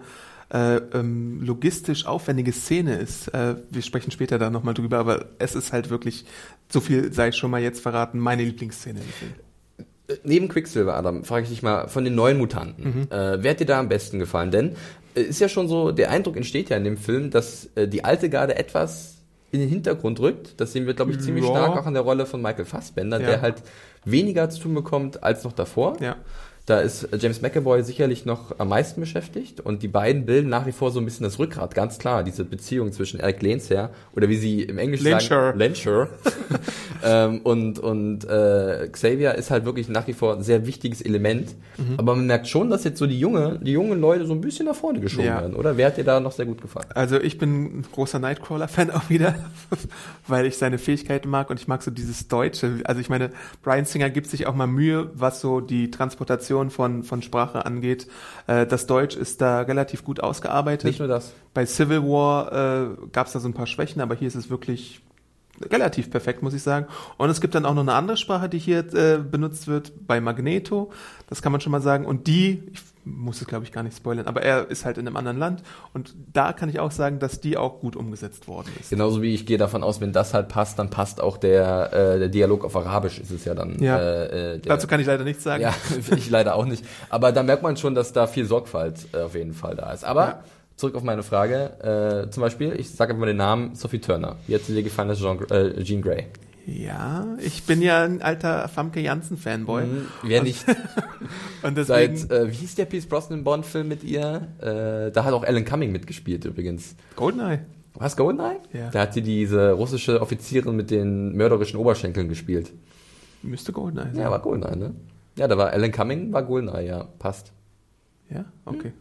äh, ähm, logistisch aufwendige Szene ist. Äh, wir sprechen später da nochmal drüber, aber es ist halt wirklich, so viel sei schon mal jetzt verraten, meine Lieblingsszene im Film. Neben Quicksilver, Adam, frage ich dich mal, von den neuen Mutanten, mhm. äh, wer hat dir da am besten gefallen? Denn äh, ist ja schon so, der Eindruck entsteht ja in dem Film, dass äh, die alte Garde etwas in den Hintergrund rückt. Das sehen wir, glaube ich, ziemlich ja. stark auch an der Rolle von Michael Fassbender, ja. der halt weniger zu tun bekommt als noch davor. Ja. Da ist James McAvoy sicherlich noch am meisten beschäftigt und die beiden bilden nach wie vor so ein bisschen das Rückgrat, ganz klar, diese Beziehung zwischen Alec Lancer oder wie sie im Englischen Lancer. sagen, Lancer ähm, und, und äh, Xavier ist halt wirklich nach wie vor ein sehr wichtiges Element, mhm. aber man merkt schon, dass jetzt so die junge, die jungen Leute so ein bisschen nach vorne geschoben ja. werden, oder? Wer hat dir da noch sehr gut gefallen? Also ich bin ein großer Nightcrawler-Fan auch wieder, weil ich seine Fähigkeiten mag und ich mag so dieses Deutsche, also ich meine, Bryan Singer gibt sich auch mal Mühe, was so die Transportation von, von Sprache angeht. Äh, das Deutsch ist da relativ gut ausgearbeitet. Nicht nur das. Bei Civil War äh, gab es da so ein paar Schwächen, aber hier ist es wirklich relativ perfekt, muss ich sagen. Und es gibt dann auch noch eine andere Sprache, die hier äh, benutzt wird, bei Magneto. Das kann man schon mal sagen. Und die, ich muss es glaube ich gar nicht spoilern, aber er ist halt in einem anderen Land. Und da kann ich auch sagen, dass die auch gut umgesetzt worden ist. Genauso wie ich gehe davon aus, wenn das halt passt, dann passt auch der, äh, der Dialog auf Arabisch, ist es ja dann. Ja. Äh, der, Dazu kann ich leider nichts sagen. Ja, ich leider auch nicht. Aber da merkt man schon, dass da viel Sorgfalt äh, auf jeden Fall da ist. Aber ja. zurück auf meine Frage. Äh, zum Beispiel, ich sage einfach mal den Namen Sophie Turner. Wie hat sie dir gefallen als Jean, äh, Jean Grey? Ja, ich bin ja ein alter Famke Janssen-Fanboy. Mhm, wer nicht? Und deswegen, Seit, äh, wie hieß der Pierce Brosnan-Bond-Film mit ihr? Äh, da hat auch Alan Cumming mitgespielt übrigens. Goldeneye. Was, Goldeneye? Ja. Da hat sie diese russische Offizierin mit den mörderischen Oberschenkeln gespielt. Müsste Goldeneye sein. Ja, war Goldeneye, ne? Ja, da war Alan Cumming, war Goldeneye, ja, passt. Ja, okay.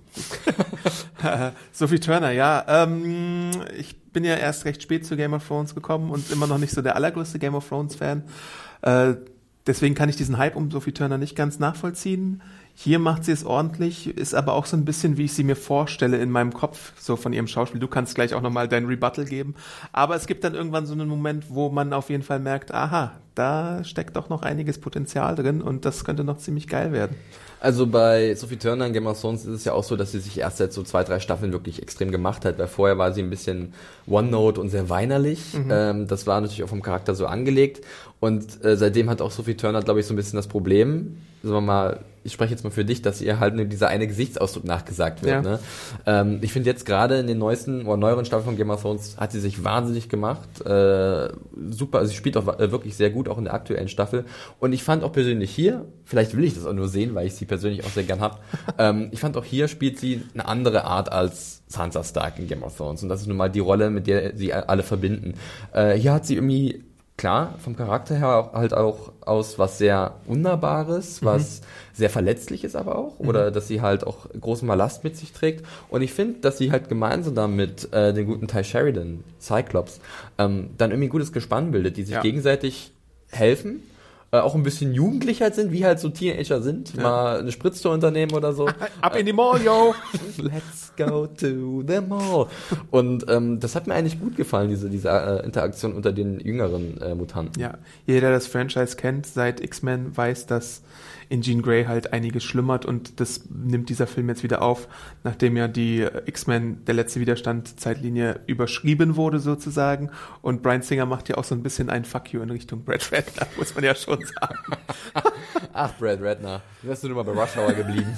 Hm. Sophie Turner, ja. Ähm, ich bin ja erst recht spät zu Game of Thrones gekommen und immer noch nicht so der allergrößte Game of Thrones Fan. Äh, deswegen kann ich diesen Hype um Sophie Turner nicht ganz nachvollziehen. Hier macht sie es ordentlich, ist aber auch so ein bisschen, wie ich sie mir vorstelle in meinem Kopf, so von ihrem Schauspiel. Du kannst gleich auch nochmal dein Rebuttal geben. Aber es gibt dann irgendwann so einen Moment, wo man auf jeden Fall merkt, aha, da steckt doch noch einiges Potenzial drin und das könnte noch ziemlich geil werden. Also bei Sophie Turner in Game of Thrones ist es ja auch so, dass sie sich erst seit so zwei, drei Staffeln wirklich extrem gemacht hat, weil vorher war sie ein bisschen One-Note und sehr weinerlich. Mhm. Ähm, das war natürlich auch vom Charakter so angelegt. Und äh, seitdem hat auch Sophie Turner, glaube ich, so ein bisschen das Problem, sagen wir mal, ich spreche jetzt mal für dich, dass ihr halt nur dieser eine Gesichtsausdruck nachgesagt wird. Ja. Ne? Ähm, ich finde jetzt gerade in den neuesten oder neueren Staffeln von Game of Thrones hat sie sich wahnsinnig gemacht. Äh, super, also sie spielt auch äh, wirklich sehr gut, auch in der aktuellen Staffel. Und ich fand auch persönlich hier, vielleicht will ich das auch nur sehen, weil ich sie persönlich auch sehr gern hab, ähm, ich fand auch hier spielt sie eine andere Art als Sansa Stark in Game of Thrones. Und das ist nun mal die Rolle, mit der sie alle verbinden. Äh, hier hat sie irgendwie klar, vom Charakter her halt auch aus was sehr Unnahbares, mhm. was sehr Verletzliches aber auch, mhm. oder dass sie halt auch großen Ballast mit sich trägt. Und ich finde, dass sie halt gemeinsam damit äh, den guten Ty Sheridan, Cyclops, ähm, dann irgendwie ein gutes Gespann bildet, die sich ja. gegenseitig helfen, äh, auch ein bisschen jugendlicher sind, wie halt so Teenager sind, ja. mal eine Spritztour unternehmen oder so. Ab in die Mall, yo! Let's go to the mall. Und ähm, das hat mir eigentlich gut gefallen, diese, diese äh, Interaktion unter den jüngeren äh, Mutanten. Ja, jeder, der das Franchise kennt, seit X-Men, weiß, dass in Jean Grey halt einiges schlummert und das nimmt dieser Film jetzt wieder auf, nachdem ja die X-Men, der letzte Widerstand, Zeitlinie überschrieben wurde sozusagen und Bryan Singer macht ja auch so ein bisschen ein Fuck you in Richtung Brad Ratner, muss man ja schon sagen. Ach, Brad Ratner, wärst du nur mal bei Rush Hour geblieben.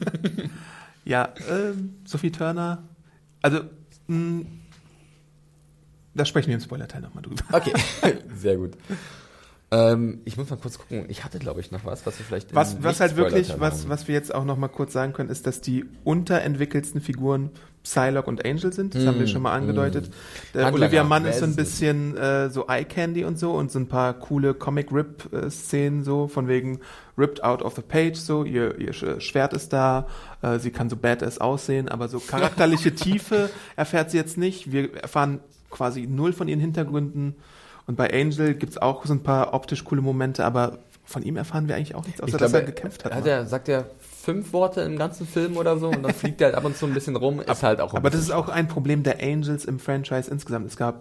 Ja, ähm, Sophie Turner, also mh, da sprechen wir im Spoiler-Teil nochmal drüber. Okay, sehr gut. Ähm, ich muss mal kurz gucken, ich hatte glaube ich noch was, was wir vielleicht was was halt wirklich, was was wir jetzt auch noch mal kurz sagen können, ist, dass die unterentwickelsten Figuren Psylocke und Angel sind, das mm, haben wir schon mal angedeutet. Mm. Der Olivia Munn ist so ein bisschen äh, so Eye Candy und so und so ein paar coole Comic-Rip-Szenen so, von wegen ripped out of the page so, ihr, ihr Schwert ist da, äh, sie kann so badass aussehen, aber so charakterliche Tiefe erfährt sie jetzt nicht. Wir erfahren quasi null von ihren Hintergründen. Und bei Angel gibt's auch so ein paar optisch coole Momente, aber von ihm erfahren wir eigentlich auch nichts, außer ich dass glaube, er gekämpft hat. hat er, sagt er fünf Worte im ganzen Film oder so und dann fliegt er halt ab und zu ein bisschen rum, ist halt auch ein Aber das ist auch ein Problem der Angels im Franchise insgesamt. Es gab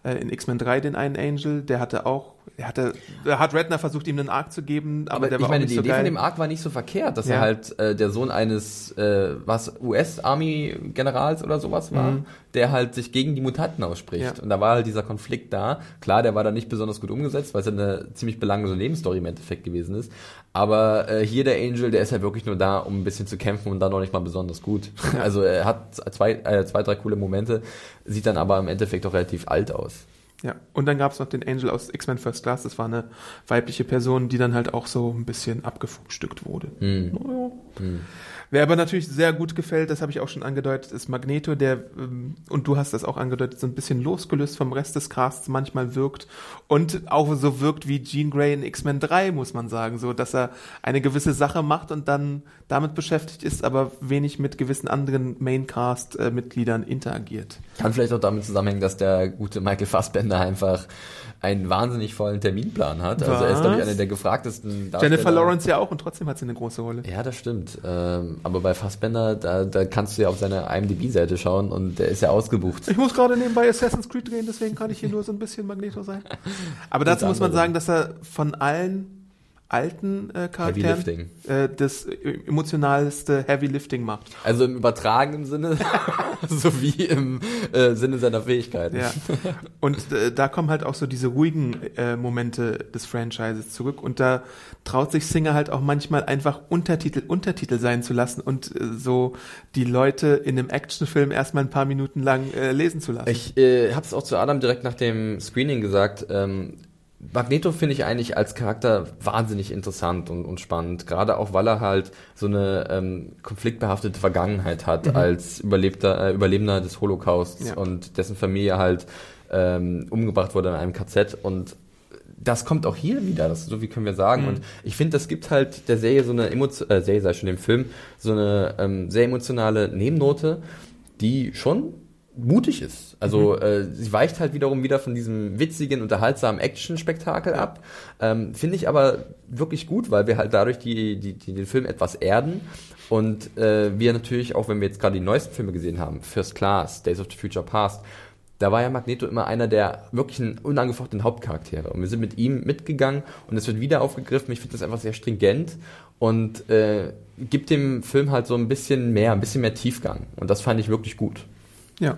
äh, in X-Men drei den einen Angel, der hatte auch, er hatte, er hat Ratner versucht, ihm einen Arc zu geben, aber, aber der ich war meine, auch nicht die so Idee geil. von dem Arc war nicht so verkehrt, dass ja. er halt äh, der Sohn eines äh, was U S-Army-Generals oder sowas war, mhm. der halt sich gegen die Mutanten ausspricht. Ja. Und da war halt dieser Konflikt da. Klar, der war dann nicht besonders gut umgesetzt, weil es ja eine ziemlich belanglose Nebenstory im Endeffekt gewesen ist. Aber äh, hier der Angel, der ist halt wirklich nur da, um ein bisschen zu kämpfen und dann noch nicht mal besonders gut. Ja. Also er hat zwei, äh, zwei, drei coole Momente, sieht dann aber im Endeffekt auch relativ alt aus. Ja, und dann gab es noch den Angel aus X-Men First Class, das war eine weibliche Person, die dann halt auch so ein bisschen abgefrühstückt wurde. Mhm. Oh, ja. mhm. Wer aber natürlich sehr gut gefällt, das habe ich auch schon angedeutet, ist Magneto, der, und du hast das auch angedeutet, so ein bisschen losgelöst vom Rest des Casts manchmal wirkt und auch so wirkt wie Jean Grey in X-Men drei, muss man sagen, so, dass er eine gewisse Sache macht und dann damit beschäftigt ist, aber wenig mit gewissen anderen Maincast-Mitgliedern interagiert. Kann vielleicht auch damit zusammenhängen, dass der gute Michael Fassbender einfach einen wahnsinnig vollen Terminplan hat. Was? Also er ist, glaube ich, einer der gefragtesten Darsteller. Jennifer Lawrence ja auch und trotzdem hat sie eine große Rolle. Ja, das stimmt. Ähm, aber bei Fassbender, da, da kannst du ja auf seine I M D B-Seite schauen und der ist ja ausgebucht. Ich muss gerade nebenbei Assassin's Creed drehen, deswegen kann ich hier nur so ein bisschen Magneto sein. Aber dazu muss man sagen, dass er von allen alten äh, Charakteren äh, das emotionalste Heavy Lifting macht. Also im übertragenen Sinne, sowie im äh, Sinne seiner Fähigkeiten. Ja. Und äh, da kommen halt auch so diese ruhigen äh, Momente des Franchises zurück und da traut sich Singer halt auch manchmal einfach Untertitel Untertitel sein zu lassen und äh, so die Leute in einem Actionfilm erstmal ein paar Minuten lang äh, lesen zu lassen. Ich äh, habe es auch zu Adam direkt nach dem Screening gesagt, ähm, Magneto finde ich eigentlich als Charakter wahnsinnig interessant und, und spannend, gerade auch, weil er halt so eine ähm, konfliktbehaftete Vergangenheit hat mhm. als Überlebter, äh, Überlebender des Holocausts ja. und dessen Familie halt ähm, umgebracht wurde in einem K Z und das kommt auch hier wieder, das so wie können wir sagen. Mhm. Und ich finde, das gibt halt der Serie so eine Emotion, äh, Serie sei schon dem Film, so eine ähm, sehr emotionale Nebennote, die schon mutig ist. Also mhm. äh, sie weicht halt wiederum wieder von diesem witzigen, unterhaltsamen Action-Spektakel ab. Ähm, finde ich aber wirklich gut, weil wir halt dadurch die, die, die den Film etwas erden und äh, wir natürlich auch, wenn wir jetzt gerade die neuesten Filme gesehen haben, First Class, Days of the Future Past, da war ja Magneto immer einer der wirklichen unangefochtenen Hauptcharaktere. Und wir sind mit ihm mitgegangen und es wird wieder aufgegriffen. Ich finde das einfach sehr stringent und äh, gibt dem Film halt so ein bisschen mehr, ein bisschen mehr Tiefgang. Und das fand ich wirklich gut. Ja,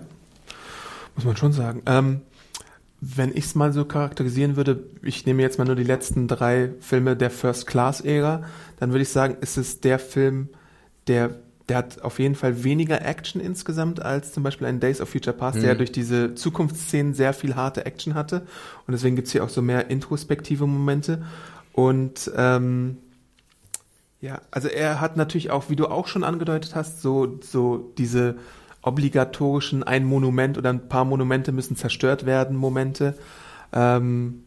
muss man schon sagen. Ähm, wenn ich es mal so charakterisieren würde, ich nehme jetzt mal nur die letzten drei Filme der First-Class-Ära, dann würde ich sagen, ist es der Film, der, der hat auf jeden Fall weniger Action insgesamt als zum Beispiel ein Days of Future Past, mhm. der durch diese Zukunftsszenen sehr viel harte Action hatte. Und deswegen gibt es hier auch so mehr introspektive Momente. Und ähm, ja, also er hat natürlich auch, wie du auch schon angedeutet hast, so, so diese obligatorischen, ein Monument oder ein paar Monumente müssen zerstört werden, Momente. Ähm,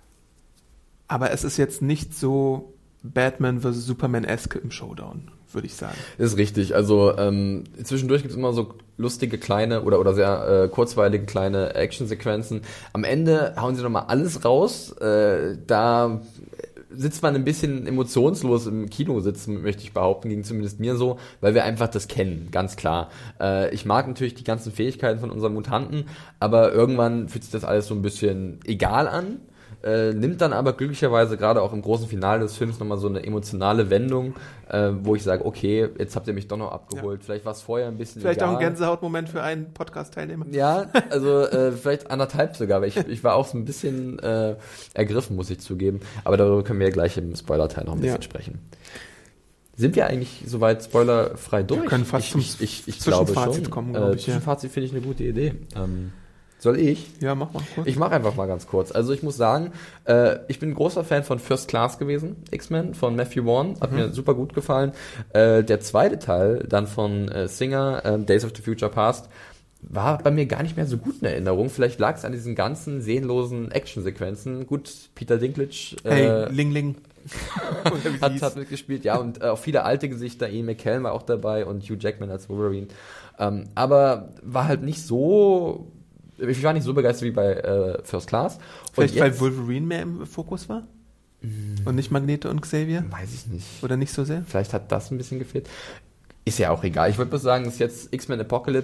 aber es ist jetzt nicht so Batman versus Superman-esque im Showdown, würde ich sagen. Das ist richtig. Also ähm, zwischendurch gibt es immer so lustige kleine oder oder sehr äh, kurzweilige kleine Actionsequenzen. Am Ende hauen sie nochmal alles raus. Äh, da sitzt man ein bisschen emotionslos im Kino sitzen, möchte ich behaupten, ging zumindest mir so, weil wir einfach das kennen, ganz klar. Äh, ich mag natürlich die ganzen Fähigkeiten von unseren Mutanten, aber irgendwann fühlt sich das alles so ein bisschen egal an, äh, nimmt dann aber glücklicherweise gerade auch im großen Finale des Films nochmal so eine emotionale Wendung, äh, wo ich sage, okay, jetzt habt ihr mich doch noch abgeholt. Ja. Vielleicht war es vorher ein bisschen Vielleicht egal. auch ein Gänsehautmoment für einen Podcast-Teilnehmer. Ja, also äh, vielleicht anderthalb sogar, aber ich, ich war auch so ein bisschen äh, ergriffen, muss ich zugeben. Aber darüber können wir ja gleich im Spoiler-Teil noch ein bisschen ja. sprechen. Sind wir eigentlich soweit spoilerfrei durch? Wir können fast ich, zum ich, ich, ich glaube schon. kommen, glaube äh, ich. Zwischenfazit ja. finde ich eine gute Idee. Ähm, Soll ich? Ja, mach mal kurz. Ich mach einfach mal ganz kurz. Also ich muss sagen, äh, ich bin ein großer Fan von First Class gewesen, X-Men, von Matthew Vaughn. Hat mhm. mir super gut gefallen. Äh, der zweite Teil dann von äh, Singer, äh, Days of the Future Past, war bei mir gar nicht mehr so gut in Erinnerung. Vielleicht lag es an diesen ganzen seelenlosen Actionsequenzen. Gut, Peter Dinklage. Äh, hey, Ling Ling. hat, hat mitgespielt, ja, und äh, auch viele alte Gesichter. Ian McKellen war auch dabei und Hugh Jackman als Wolverine. Ähm, aber war halt nicht so... Ich war nicht so begeistert wie bei äh, First Class. Vielleicht, jetzt, weil Wolverine mehr im Fokus war? Mm. Und nicht Magneto und Xavier? Weiß ich nicht. Oder nicht so sehr? Vielleicht hat das ein bisschen gefehlt. Ist ja auch egal. Ich würde mal sagen, dass jetzt X-Men Apocalypse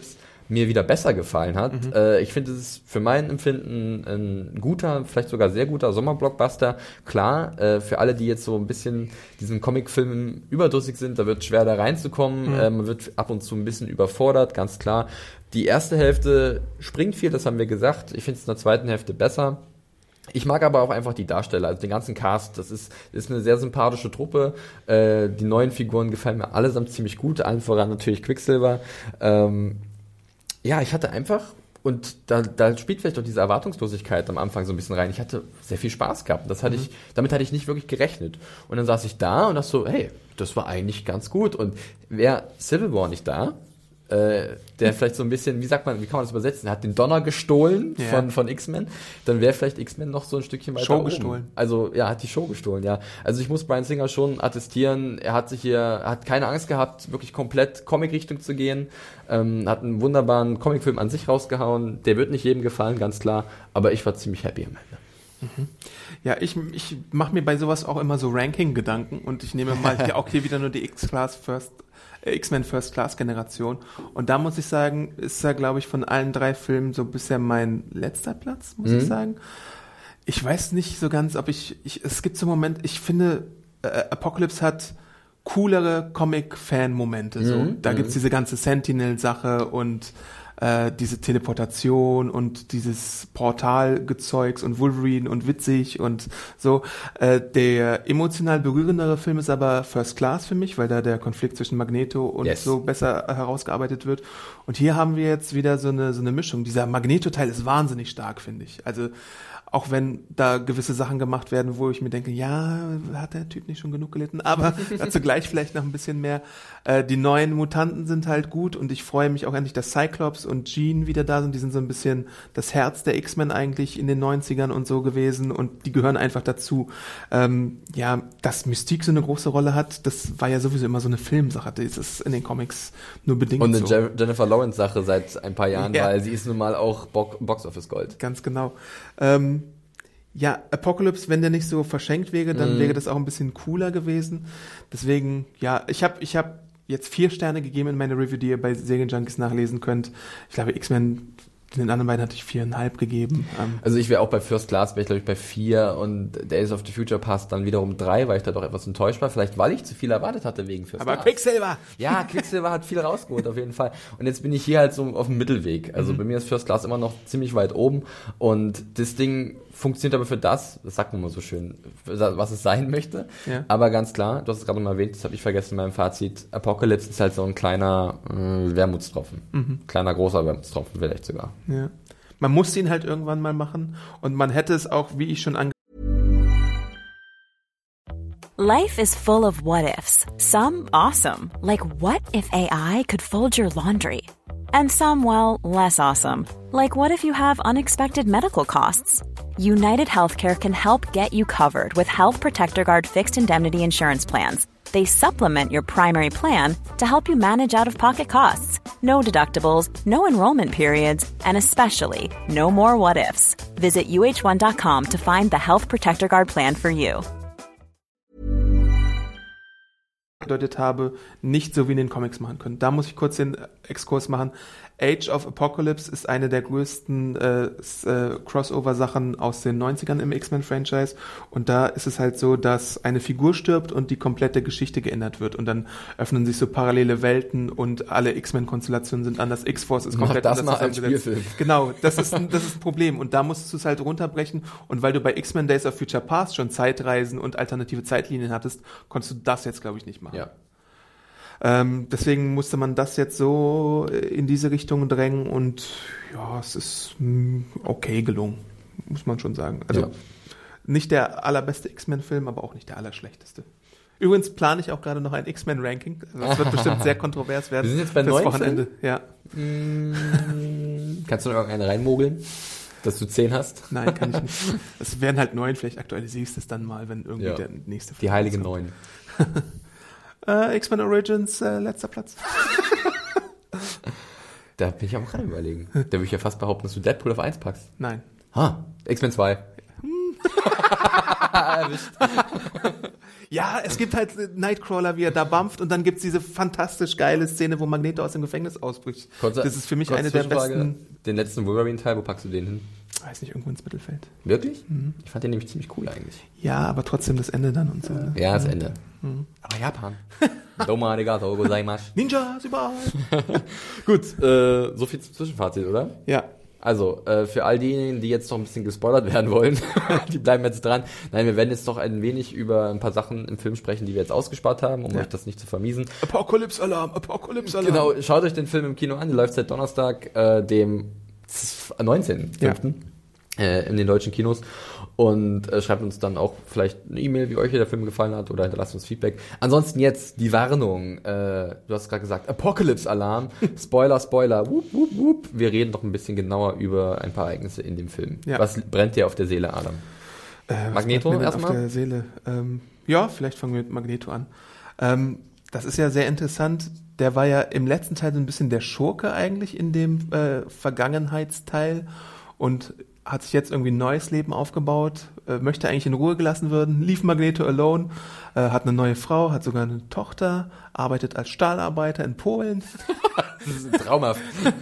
mir wieder besser gefallen hat. Mhm. Äh, ich finde, es ist für mein Empfinden ein guter, vielleicht sogar sehr guter Sommerblockbuster. Klar, äh, für alle, die jetzt so ein bisschen diesen Comicfilm überdrüssig sind, da wird schwer da reinzukommen. Mhm. Äh, man wird ab und zu ein bisschen überfordert, ganz klar. Die erste Hälfte springt viel, das haben wir gesagt. Ich finde es in der zweiten Hälfte besser. Ich mag aber auch einfach die Darsteller, also den ganzen Cast. Das ist, ist eine sehr sympathische Truppe. Äh, die neuen Figuren gefallen mir allesamt ziemlich gut. Allen voran natürlich Quicksilver. Ähm, ja, ich hatte einfach, und da, da spielt vielleicht auch diese Erwartungslosigkeit am Anfang so ein bisschen rein. Ich hatte sehr viel Spaß gehabt. Das hatte mhm. ich, damit hatte ich nicht wirklich gerechnet. Und dann saß ich da und dachte so, hey, das war eigentlich ganz gut. Und wäre Civil War nicht da, Äh, der vielleicht so ein bisschen, wie sagt man, wie kann man das übersetzen, hat den Donner gestohlen yeah. von, von X-Men, dann wäre vielleicht X-Men noch so ein Stückchen weiter Show oben. gestohlen. Also, ja, hat die Show gestohlen, ja. Also ich muss Bryan Singer schon attestieren, er hat sich hier, er hat keine Angst gehabt, wirklich komplett Comic-Richtung zu gehen, ähm, hat einen wunderbaren Comicfilm an sich rausgehauen, der wird nicht jedem gefallen, ganz klar, aber ich war ziemlich happy am Ende. Mhm. Ja, ich, ich mache mir bei sowas auch immer so Ranking-Gedanken und ich nehme mal hier auch hier wieder nur die X-Class First X-Men First Class Generation. Und da muss ich sagen, ist er, glaube ich, von allen drei Filmen so bisher mein letzter Platz, muss mhm. ich sagen. Ich weiß nicht so ganz, ob ich, ich es gibt so einen Moment, ich finde, äh, Apocalypse hat coolere Comic-Fan-Momente. So. Mhm. Da gibt's diese ganze Sentinel-Sache und äh, diese Teleportation und dieses Portal-Gezeugs und Wolverine und witzig und so. Äh, der emotional berührendere Film ist aber First Class für mich, weil da der Konflikt zwischen Magneto und yes. so besser herausgearbeitet wird. Und hier haben wir jetzt wieder so eine so eine Mischung. Dieser Magneto-Teil ist wahnsinnig stark, finde ich. Also auch wenn da gewisse Sachen gemacht werden, wo ich mir denke, ja, hat der Typ nicht schon genug gelitten? Aber dazu gleich vielleicht noch ein bisschen mehr. Äh, die neuen Mutanten sind halt gut und ich freue mich auch endlich, dass Cyclops und Jean wieder da sind. Die sind so ein bisschen das Herz der X-Men eigentlich in den neunzigern und so gewesen und die gehören einfach dazu. Ähm, ja, dass Mystique so eine große Rolle hat, das war ja sowieso immer so eine Filmsache. Das ist in den Comics nur bedingt und eine so. Je- Jennifer Lawrence-Sache seit ein paar Jahren, ja. weil sie ist nun mal auch Bo- Box-Office-Gold. Ganz genau. Ähm, Ja, Apocalypse, wenn der nicht so verschenkt wäre, dann mm. wäre das auch ein bisschen cooler gewesen. Deswegen, ja, ich habe ich hab jetzt vier Sterne gegeben in meine Review, die ihr bei Serienjunkies nachlesen könnt. Ich glaube, X-Men, den anderen beiden hatte ich viereinhalb gegeben. Ähm also ich wäre auch bei First Class, wäre ich glaube ich bei vier und Days of the Future Pass dann wiederum drei, weil ich da doch etwas enttäuscht war. Vielleicht, weil ich zu viel erwartet hatte wegen First Aber Class. Quicksilver! Ja, Quicksilver hat viel rausgeholt, auf jeden Fall. Und jetzt bin ich hier halt so auf dem Mittelweg. Also mhm. bei mir ist First Class immer noch ziemlich weit oben und das Ding funktioniert aber für das, das sagt man mal so schön, was es sein möchte. Ja. Aber ganz klar, du hast es gerade mal erwähnt, das habe ich vergessen in meinem Fazit, Apocalypse ist halt so ein kleiner äh, Wermutstropfen. Mhm. Kleiner, großer Wermutstropfen vielleicht sogar. Ja. Man muss ihn halt irgendwann mal machen und man hätte es auch, wie ich schon ange... Life is full of what-ifs. Some awesome, like what if A I could fold your laundry? And some, well, less awesome, like what if you have unexpected medical costs? United Healthcare can help get you covered with Health Protector Guard fixed indemnity insurance plans. They supplement your primary plan to help you manage out-of-pocket costs. No deductibles, no enrollment periods, and especially no more what-ifs. Visit U H one dot com to find the Health Protector Guard plan for you. Bedeutet habe, nicht so wie in den Comics machen können. Da muss ich kurz den Exkurs machen. Age of Apocalypse ist eine der größten äh, äh, Crossover-Sachen aus den neunzigern im X-Men-Franchise und da ist es halt so, dass eine Figur stirbt und die komplette Geschichte geändert wird und dann öffnen sich so parallele Welten und alle X-Men-Konstellationen sind anders. X-Force ist komplett Mach das anders mal als Spielfilm. Genau, das ist, ein, das ist ein Problem und da musst du es halt runterbrechen und weil du bei X-Men Days of Future Past schon Zeitreisen und alternative Zeitlinien hattest, konntest du das jetzt, glaube ich, nicht machen. Ja. Ähm, deswegen musste man das jetzt so in diese Richtung drängen und ja, es ist mh, okay gelungen, muss man schon sagen. Also ja. Nicht der allerbeste X-Men-Film, aber auch nicht der allerschlechteste. Übrigens plane ich auch gerade noch ein X-Men-Ranking. Also das wird bestimmt sehr kontrovers werden. Wir sind jetzt bei neun Wochenende. Ja. Mmh, kannst du noch irgendeine reinmogeln, dass du zehn hast? Nein, kann ich nicht. Es werden halt neun, vielleicht aktualisierst du es dann mal, wenn irgendwie ja. der nächste Film Die heilige neun. Äh, X-Men Origins, äh, letzter Platz. Da bin ich auch gerade überlegen. Da würde ich ja fast behaupten, dass du Deadpool auf eins packst. Nein. Ha, X-Men zwei. Ja, es gibt halt Nightcrawler, wie er da bampft und dann gibt's diese fantastisch geile Szene, wo Magneto aus dem Gefängnis ausbricht. Kurze, das ist für mich eine der besten... Den letzten Wolverine-Teil, wo packst du den hin? Weiß nicht, irgendwo ins Mittelfeld. Wirklich? Mhm. Ich fand den nämlich ziemlich cool eigentlich. Ja, aber trotzdem das Ende dann und so. Ne? Ja, das Ende. Mhm. Aber Japan. Doma arigato gozaimasu. Ninjas überall. Gut, äh, so viel zum Zwischenfazit, oder? Ja. Also, äh, für all diejenigen, die jetzt noch ein bisschen gespoilert werden wollen, die bleiben jetzt dran. Nein, wir werden jetzt noch ein wenig über ein paar Sachen im Film sprechen, die wir jetzt ausgespart haben, um ja. euch das nicht zu vermiesen. Apocalypse-Alarm, Apocalypse-Alarm. Genau, schaut euch den Film im Kino an, der läuft seit Donnerstag, äh, dem neunzehnten fünften Ja. Äh, in den deutschen Kinos. Und äh, schreibt uns dann auch vielleicht eine E-Mail, wie euch der Film gefallen hat, oder hinterlasst uns Feedback. Ansonsten jetzt die Warnung. Äh, du hast gerade gesagt, Apocalypse-Alarm. Spoiler, Spoiler. Wup, wup, wup. Wir reden noch ein bisschen genauer über ein paar Ereignisse in dem Film. Ja. Was brennt dir auf der Seele, Adam? Äh, Magneto erstmal? Auf der Seele. Ähm, ja, vielleicht fangen wir mit Magneto an. Ähm, das ist ja sehr interessant. Der war ja im letzten Teil so ein bisschen der Schurke eigentlich in dem äh, Vergangenheitsteil und hat sich jetzt irgendwie ein neues Leben aufgebaut, äh, möchte eigentlich in Ruhe gelassen werden, leave Magneto alone, äh, hat eine neue Frau, hat sogar eine Tochter, arbeitet als Stahlarbeiter in Polen. Das ist traumhaft.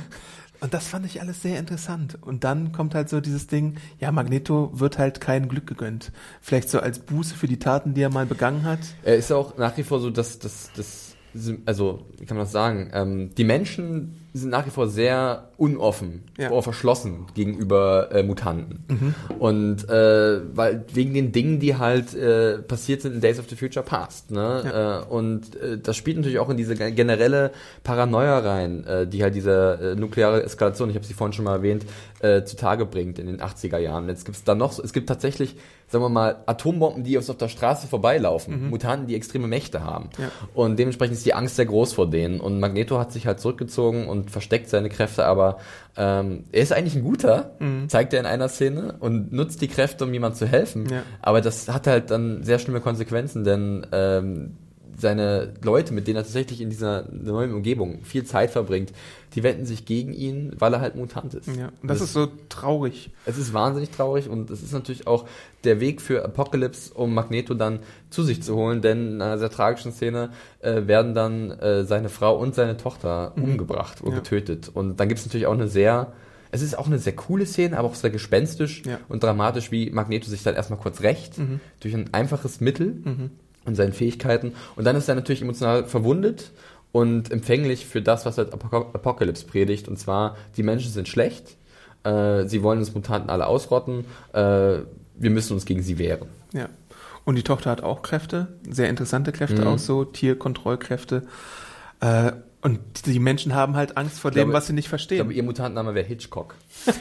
Und das fand ich alles sehr interessant. Und dann kommt halt so dieses Ding, ja, Magneto wird halt kein Glück gegönnt. Vielleicht so als Buße für die Taten, die er mal begangen hat. Er ist auch nach wie vor so, dass das, das, also, wie kann man das sagen, ähm, die Menschen sind nach wie vor sehr unoffen, ja. oder verschlossen gegenüber äh, Mutanten. Mhm. Und äh, weil wegen den Dingen, die halt äh, passiert sind in Days of the Future Past. Ne? Ja. Äh, und äh, das spielt natürlich auch in diese generelle Paranoia rein, äh, die halt diese äh, nukleare Eskalation, ich habe sie vorhin schon mal erwähnt, äh, zutage bringt in den achtziger Jahren. Jetzt gibt's dann noch, es gibt tatsächlich, sagen wir mal, Atombomben, die uns auf der Straße vorbeilaufen, mhm. Mutanten, die extreme Mächte haben. Ja. Und dementsprechend ist die Angst sehr groß vor denen. Und Magneto hat sich halt zurückgezogen und versteckt seine Kräfte, aber ähm, er ist eigentlich ein Guter, mhm. zeigt er in einer Szene und nutzt die Kräfte, um jemandem zu helfen. Ja. Aber das hat halt dann sehr schlimme Konsequenzen, denn ähm, seine Leute, mit denen er tatsächlich in dieser neuen Umgebung viel Zeit verbringt, die wenden sich gegen ihn, weil er halt Mutant ist. Ja, und das, das ist so traurig. Es ist wahnsinnig traurig und es ist natürlich auch der Weg für Apocalypse, um Magneto dann zu sich zu holen, denn in einer sehr tragischen Szene äh, werden dann äh, seine Frau und seine Tochter mhm. umgebracht oder ja. getötet. Und dann gibt es natürlich auch eine sehr, es ist auch eine sehr coole Szene, aber auch sehr gespenstisch ja. und dramatisch, wie Magneto sich dann erstmal kurz rächt, mhm. durch ein einfaches Mittel mhm. und seinen Fähigkeiten. Und dann ist er natürlich emotional verwundet und empfänglich für das, was halt Apocalypse predigt. Und zwar, die Menschen sind schlecht, äh, sie wollen uns Mutanten alle ausrotten, äh, wir müssen uns gegen sie wehren. Ja. Und die Tochter hat auch Kräfte, sehr interessante Kräfte mhm. auch so, Tierkontrollkräfte. Äh, und die Menschen haben halt Angst vor ich dem, glaube, was sie nicht verstehen. Ich glaube, ihr Mutantenname wäre Hitchcock.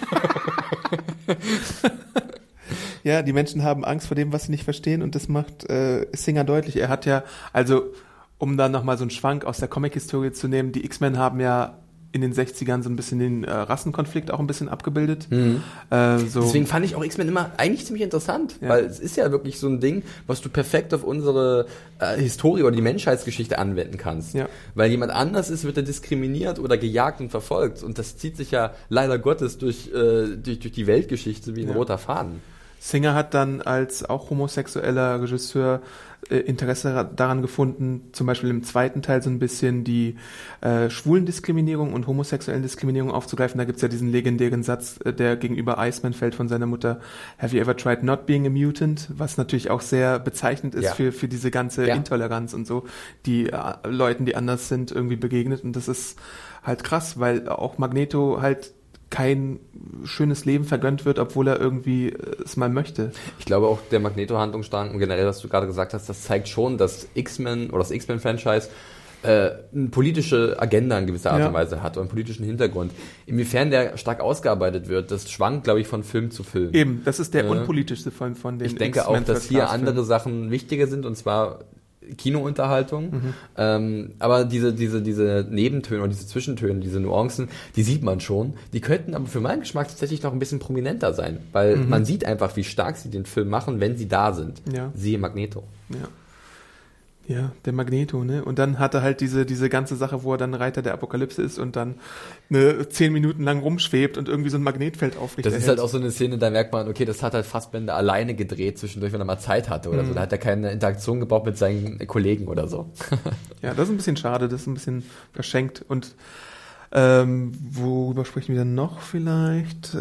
Ja, die Menschen haben Angst vor dem, was sie nicht verstehen und das macht äh, Singer deutlich. Er hat ja, also um dann nochmal so einen Schwank aus der Comic-Historie zu nehmen, die X-Men haben ja in den sechzigern so ein bisschen den äh, Rassenkonflikt auch ein bisschen abgebildet. Mhm. Äh, so. Deswegen fand ich auch X-Men immer eigentlich ziemlich interessant, ja. weil es ist ja wirklich so ein Ding, was du perfekt auf unsere äh, Historie oder die Menschheitsgeschichte anwenden kannst. Ja. Weil jemand anders ist, wird er diskriminiert oder gejagt und verfolgt und das zieht sich ja leider Gottes durch, äh, durch, durch die Weltgeschichte wie ein ja. roter Faden. Singer hat dann als auch homosexueller Regisseur äh, Interesse daran gefunden, zum Beispiel im zweiten Teil so ein bisschen die äh, Schwulendiskriminierung und homosexuellen Diskriminierung aufzugreifen. Da gibt's ja diesen legendären Satz, äh, der gegenüber Iceman fällt von seiner Mutter, "Have you ever tried not being a mutant?" Was natürlich auch sehr bezeichnend ist ja. für für diese ganze ja. Intoleranz und so, die äh, Leuten, die anders sind, irgendwie begegnet. Und das ist halt krass, weil auch Magneto halt kein schönes Leben vergönnt wird, obwohl er irgendwie es mal möchte. Ich glaube auch, der Magneto-Handlungsstrang und generell, was du gerade gesagt hast, das zeigt schon, dass X-Men oder das X-Men-Franchise äh, eine politische Agenda in gewisser Art ja. und Weise hat oder einen politischen Hintergrund. Inwiefern der stark ausgearbeitet wird, das schwankt, glaube ich, von Film zu Film. Eben, das ist der äh, unpolitischste von, von den Ich denke X-Men auch, dass hier andere Sachen wichtiger sind, und zwar Kinounterhaltung, mhm. ähm, aber diese diese diese Nebentöne und diese Zwischentöne, diese Nuancen, die sieht man schon. Die könnten aber für meinen Geschmack tatsächlich noch ein bisschen prominenter sein, weil mhm. man sieht einfach, wie stark sie den Film machen, wenn sie da sind. Ja. Siehe Magneto. Ja. Ja, der Magneto, ne? Und dann hat er halt diese diese ganze Sache, wo er dann Reiter der Apokalypse ist und dann ne, zehn Minuten lang rumschwebt und irgendwie so ein Magnetfeld aufrichtet. Das ist halt auch so eine Szene, da merkt man, okay, das hat halt Fassbender alleine gedreht, zwischendurch, wenn er mal Zeit hatte oder mhm. so. Da hat er keine Interaktion gebraucht mit seinen Kollegen oder so. Ja, das ist ein bisschen schade, das ist ein bisschen verschenkt. Und Ähm, worüber sprechen wir denn noch vielleicht?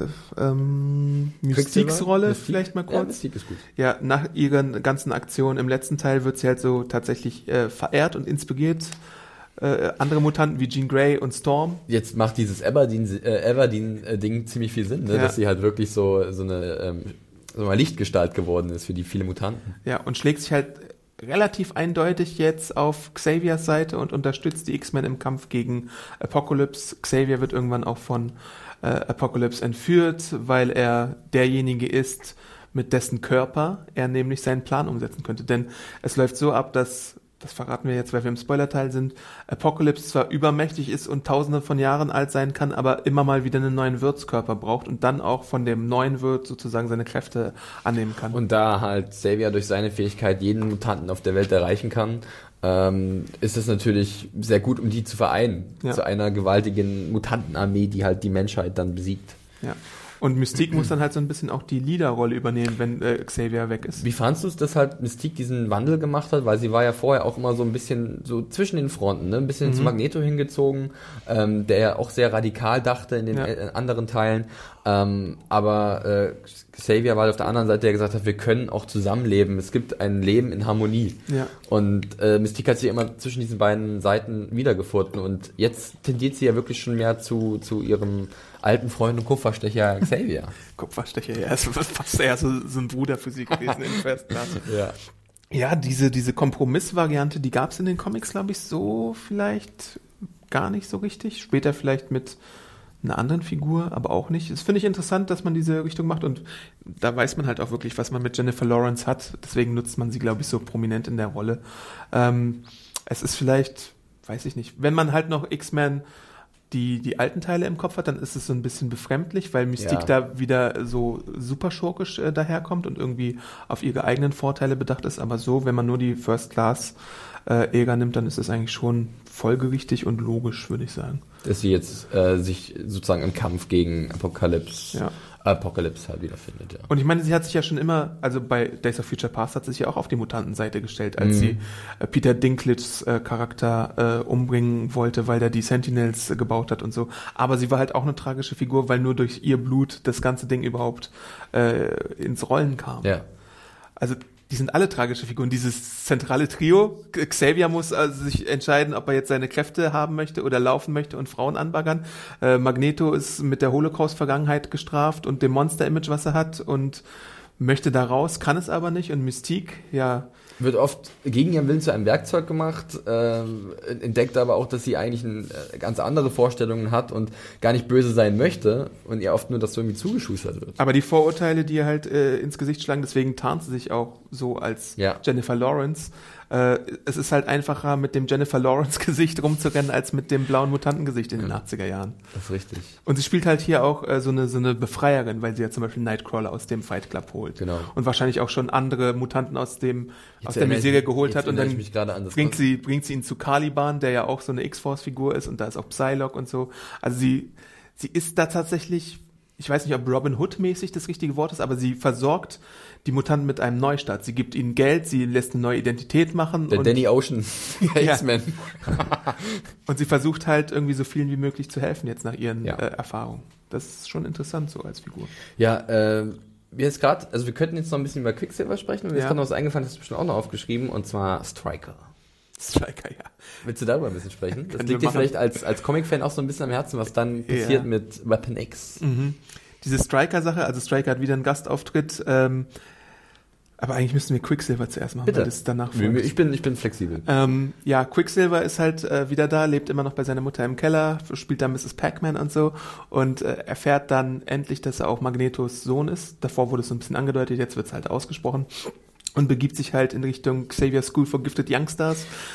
Ähm, Mystiques Rolle Mystique? vielleicht mal kurz. Ja, Mystique ist gut. Ja, nach ihren ganzen Aktionen im letzten Teil wird sie halt so tatsächlich äh, verehrt und inspiriert. Äh, andere Mutanten wie Jean Grey und Storm. Jetzt macht dieses Everdeen, äh, Everdeen-Ding ziemlich viel Sinn, ne? Ja. Dass sie halt wirklich so, so eine ähm, so eine Lichtgestalt geworden ist für die viele Mutanten. Ja, und schlägt sich halt relativ eindeutig jetzt auf Xaviers Seite und unterstützt die X-Men im Kampf gegen Apocalypse. Xavier wird irgendwann auch von äh, Apocalypse entführt, weil er derjenige ist, mit dessen Körper er nämlich seinen Plan umsetzen könnte. Denn es läuft so ab, dass, das verraten wir jetzt, weil wir im Spoilerteil sind, Apocalypse zwar übermächtig ist und tausende von Jahren alt sein kann, aber immer mal wieder einen neuen Wirtskörper braucht und dann auch von dem neuen Wirt sozusagen seine Kräfte annehmen kann. Und da halt Xavier durch seine Fähigkeit jeden Mutanten auf der Welt erreichen kann, ähm, ist es natürlich sehr gut, um die zu vereinen. Ja. Zu einer gewaltigen Mutantenarmee, die halt die Menschheit dann besiegt. Ja. Und Mystique muss dann halt so ein bisschen auch die Leaderrolle übernehmen, wenn äh, Xavier weg ist. Wie fandst du es, dass halt Mystique diesen Wandel gemacht hat? Weil sie war ja vorher auch immer so ein bisschen so zwischen den Fronten, ne? Ein bisschen mhm. zu Magneto hingezogen, ähm, der ja auch sehr radikal dachte in den ja. äh, anderen Teilen. Ähm, aber äh, Xavier war auf der anderen Seite, der gesagt hat, wir können auch zusammenleben. Es gibt ein Leben in Harmonie. Ja. Und äh, Mystique hat sich immer zwischen diesen beiden Seiten wiedergefunden. Und jetzt tendiert sie ja wirklich schon mehr zu, zu ihrem alten Freund und Kupferstecher Xavier. Kupferstecher, ja, es war fast eher so, so ein Bruder für sie gewesen in First Class. Ja. Ja, diese, diese Kompromissvariante, die gab es in den Comics, glaube ich, so vielleicht gar nicht so richtig. Später vielleicht mit einer anderen Figur, aber auch nicht. Das finde ich interessant, dass man diese Richtung macht und da weiß man halt auch wirklich, was man mit Jennifer Lawrence hat. Deswegen nutzt man sie, glaube ich, so prominent in der Rolle. Ähm, es ist vielleicht, weiß ich nicht, wenn man halt noch X-Men die die alten Teile im Kopf hat, dann ist es so ein bisschen befremdlich, weil Mystique ja. da wieder so super schurkisch äh, daherkommt und irgendwie auf ihre eigenen Vorteile bedacht ist. Aber so, wenn man nur die First Class äh, Ära nimmt, dann ist es eigentlich schon folgerichtig und logisch, würde ich sagen. Dass sie jetzt äh, sich sozusagen im Kampf gegen Apocalypse ja. Apocalypse halt wiederfindet, ja. Und ich meine, sie hat sich ja schon immer, also bei Days of Future Past hat sie sich ja auch auf die Mutantenseite gestellt, als mhm. sie äh, Peter Dinklages äh, Charakter äh, umbringen wollte, weil der die Sentinels äh, gebaut hat und so. Aber sie war halt auch eine tragische Figur, weil nur durch ihr Blut das ganze Ding überhaupt äh, ins Rollen kam. Ja. Also die sind alle tragische Figuren. Dieses zentrale Trio, Xavier muss also sich entscheiden, ob er jetzt seine Kräfte haben möchte oder laufen möchte und Frauen anbaggern. Äh, Magneto ist mit der Holocaust-Vergangenheit gestraft und dem Monster-Image, was er hat und möchte da raus, kann es aber nicht. Und Mystique, ja... Wird oft gegen ihren Willen zu einem Werkzeug gemacht, ähm, entdeckt aber auch, dass sie eigentlich ein, äh, ganz andere Vorstellungen hat und gar nicht böse sein möchte und ihr oft nur das so irgendwie zugeschustert wird. Aber die Vorurteile, die ihr halt äh, ins Gesicht schlagen, deswegen tarnt sie sich auch so als ja. Jennifer Lawrence. Äh, es ist halt einfacher, mit dem Jennifer Lawrence-Gesicht rumzurennen, als mit dem blauen Mutantengesicht in den ja. achtziger Jahren. Das ist richtig. Und sie spielt halt hier auch äh, so eine so eine Befreierin, weil sie ja zum Beispiel Nightcrawler aus dem Fight Club holt. Genau. Und wahrscheinlich auch schon andere Mutanten aus dem jetzt aus der Miserie geholt hat und dann bringt sie bringt sie ihn zu Caliban, der ja auch so eine X-Force-Figur ist und da ist auch Psylocke und so. Also sie sie ist da tatsächlich, ich weiß nicht, ob Robin Hood-mäßig das richtige Wort ist, aber sie versorgt die Mutanten mit einem Neustart. Sie gibt ihnen Geld, sie lässt eine neue Identität machen. Der und, Danny Ocean X-Men. Und sie versucht halt irgendwie so vielen wie möglich zu helfen jetzt nach ihren ja. äh, Erfahrungen. Das ist schon interessant so als Figur. Ja, äh, mir ist gerade, also wir könnten jetzt noch ein bisschen über Quicksilver sprechen, mir ja. ist gerade noch was eingefallen, das hast du bestimmt auch noch aufgeschrieben, und zwar Striker. Striker, ja. Willst du darüber ein bisschen sprechen? Das liegt dir vielleicht als, als Comic-Fan auch so ein bisschen am Herzen, was dann passiert ja. mit Weapon X. Mhm. Diese Striker-Sache, also Striker hat wieder einen Gastauftritt, ähm, aber eigentlich müssten wir Quicksilver zuerst machen, Bitte. weil das danach folgt. Ich bin, ich bin flexibel. Ähm, ja, Quicksilver ist halt äh, wieder da, lebt immer noch bei seiner Mutter im Keller, spielt da Misses Pac-Man und so und äh, erfährt dann endlich, dass er auch Magnetos Sohn ist. Davor wurde es so ein bisschen angedeutet, jetzt wird es halt ausgesprochen und begibt sich halt in Richtung Xavier School for Gifted Youngsters.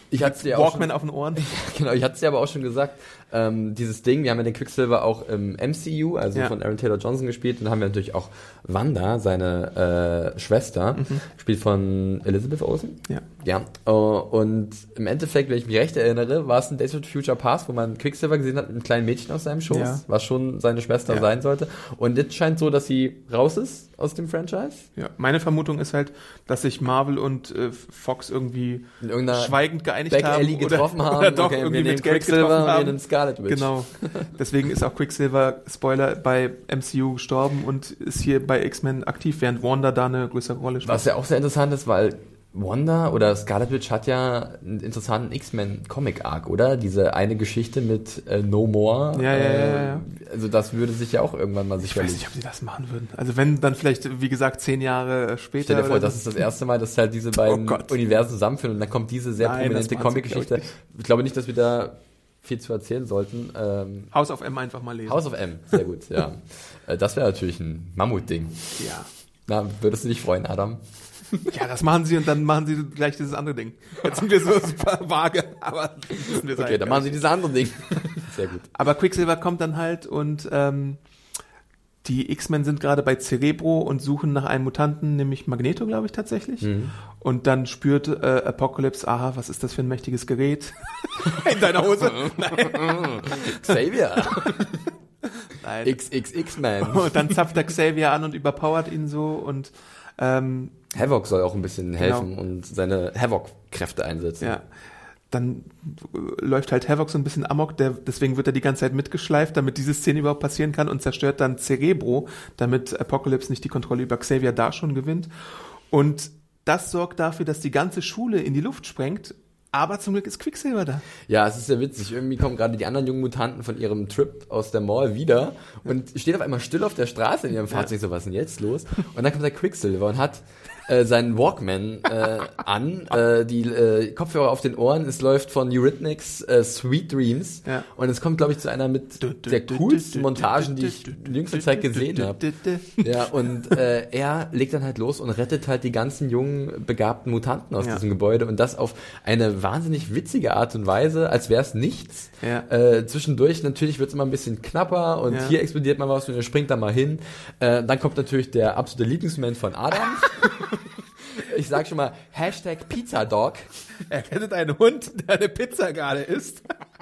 Ich hatte dir Walkman auch schon, auf den Ohren. Genau, ich hatte es dir aber auch schon gesagt, ähm, dieses Ding, wir haben ja den Quicksilver auch im M C U, also ja. von Aaron Taylor Johnson gespielt, und dann haben wir natürlich auch Wanda, seine äh, Schwester, mhm. gespielt von Elizabeth Olsen. Ja. Ja. Uh, und im Endeffekt, wenn ich mich recht erinnere, war es ein Days of the Future Past, wo man Quicksilver gesehen hat mit einem kleinen Mädchen aus seinem Schoß, ja. was schon seine Schwester ja. sein sollte. Und jetzt scheint so, dass sie raus ist aus dem Franchise. Ja, meine Vermutung ist halt, dass sich Marvel und äh, Fox irgendwie schweigend geeinigt Back haben. Alley getroffen oder, haben. Oder doch okay, irgendwie mit Geld Quicksilver getroffen haben. Und Scarlet Witch. Genau. Deswegen ist auch Quicksilver, Spoiler, bei M C U gestorben und ist hier bei X-Men aktiv, während Wanda da eine größere Rolle spielt. Was ja auch sehr interessant ist, weil Wanda oder Scarlet Witch hat ja einen interessanten X-Men-Comic-Arc, oder? Diese eine Geschichte mit äh, No More. Ja, ja, äh, ja, ja. Also das würde sich ja auch irgendwann mal sicherlich... Ich weiß nicht, ob sie das machen würden. Also wenn, dann vielleicht, wie gesagt, zehn Jahre später... Stell dir vor, das ist das erste Mal, dass halt diese beiden oh Universen zusammenführen und dann kommt diese sehr Nein, prominente Comic-Geschichte. Ich, ich glaube nicht, dass wir da viel zu erzählen sollten. Ähm, House of M einfach mal lesen. House of M, sehr gut, ja. Das wäre natürlich ein Mammutding. Ja. Na, würdest du dich freuen, Adam? Ja, das machen sie und dann machen sie gleich dieses andere Ding. Jetzt sind wir so super vage, aber müssen wir sagen. Okay, dann machen sie dieses andere Ding. Sehr gut. Aber Quicksilver kommt dann halt und ähm, die X-Men sind gerade bei Cerebro und suchen nach einem Mutanten, nämlich Magneto, glaube ich, tatsächlich. Mhm. Und dann spürt äh, Apocalypse, aha, was ist das für ein mächtiges Gerät? In deiner Hose? Nein. Xavier. Nein. X X X-Man. Und dann zapft der Xavier an und überpowert ihn so und ähm, Havok soll auch ein bisschen helfen genau. und seine Havok-Kräfte einsetzen. Ja. Dann läuft halt Havok so ein bisschen amok, der, deswegen wird er die ganze Zeit mitgeschleift, damit diese Szene überhaupt passieren kann und zerstört dann Cerebro, damit Apocalypse nicht die Kontrolle über Xavier da schon gewinnt. Und das sorgt dafür, dass die ganze Schule in die Luft sprengt. Aber zum Glück ist Quicksilver da. Ja, es ist sehr witzig. Irgendwie kommen gerade die anderen jungen Mutanten von ihrem Trip aus der Mall wieder und steht auf einmal still auf der Straße in ihrem Fahrzeug. So, was ist denn jetzt los? Und dann kommt der Quicksilver und hat äh, seinen Walkman äh, an, äh, die äh, Kopfhörer auf den Ohren. Es läuft von Eurythmics äh, Sweet Dreams. Ja. Und es kommt, glaube ich, zu einer mit der coolsten Montagen, die ich in jüngster Zeit gesehen habe. Ja, und äh, er legt dann halt los und rettet halt die ganzen jungen, begabten Mutanten aus ja. diesem Gebäude. Und das auf eine wahnsinnig witzige Art und Weise, als wäre es nichts. Ja. Äh, zwischendurch natürlich wird es immer ein bisschen knapper und ja. hier explodiert mal was und er springt da mal hin. Äh, dann kommt natürlich der absolute Lieblingsmoment von Adam. Ich sag schon mal, Hashtag Pizzadog. Er rettet einen Hund, der eine Pizza gerade isst.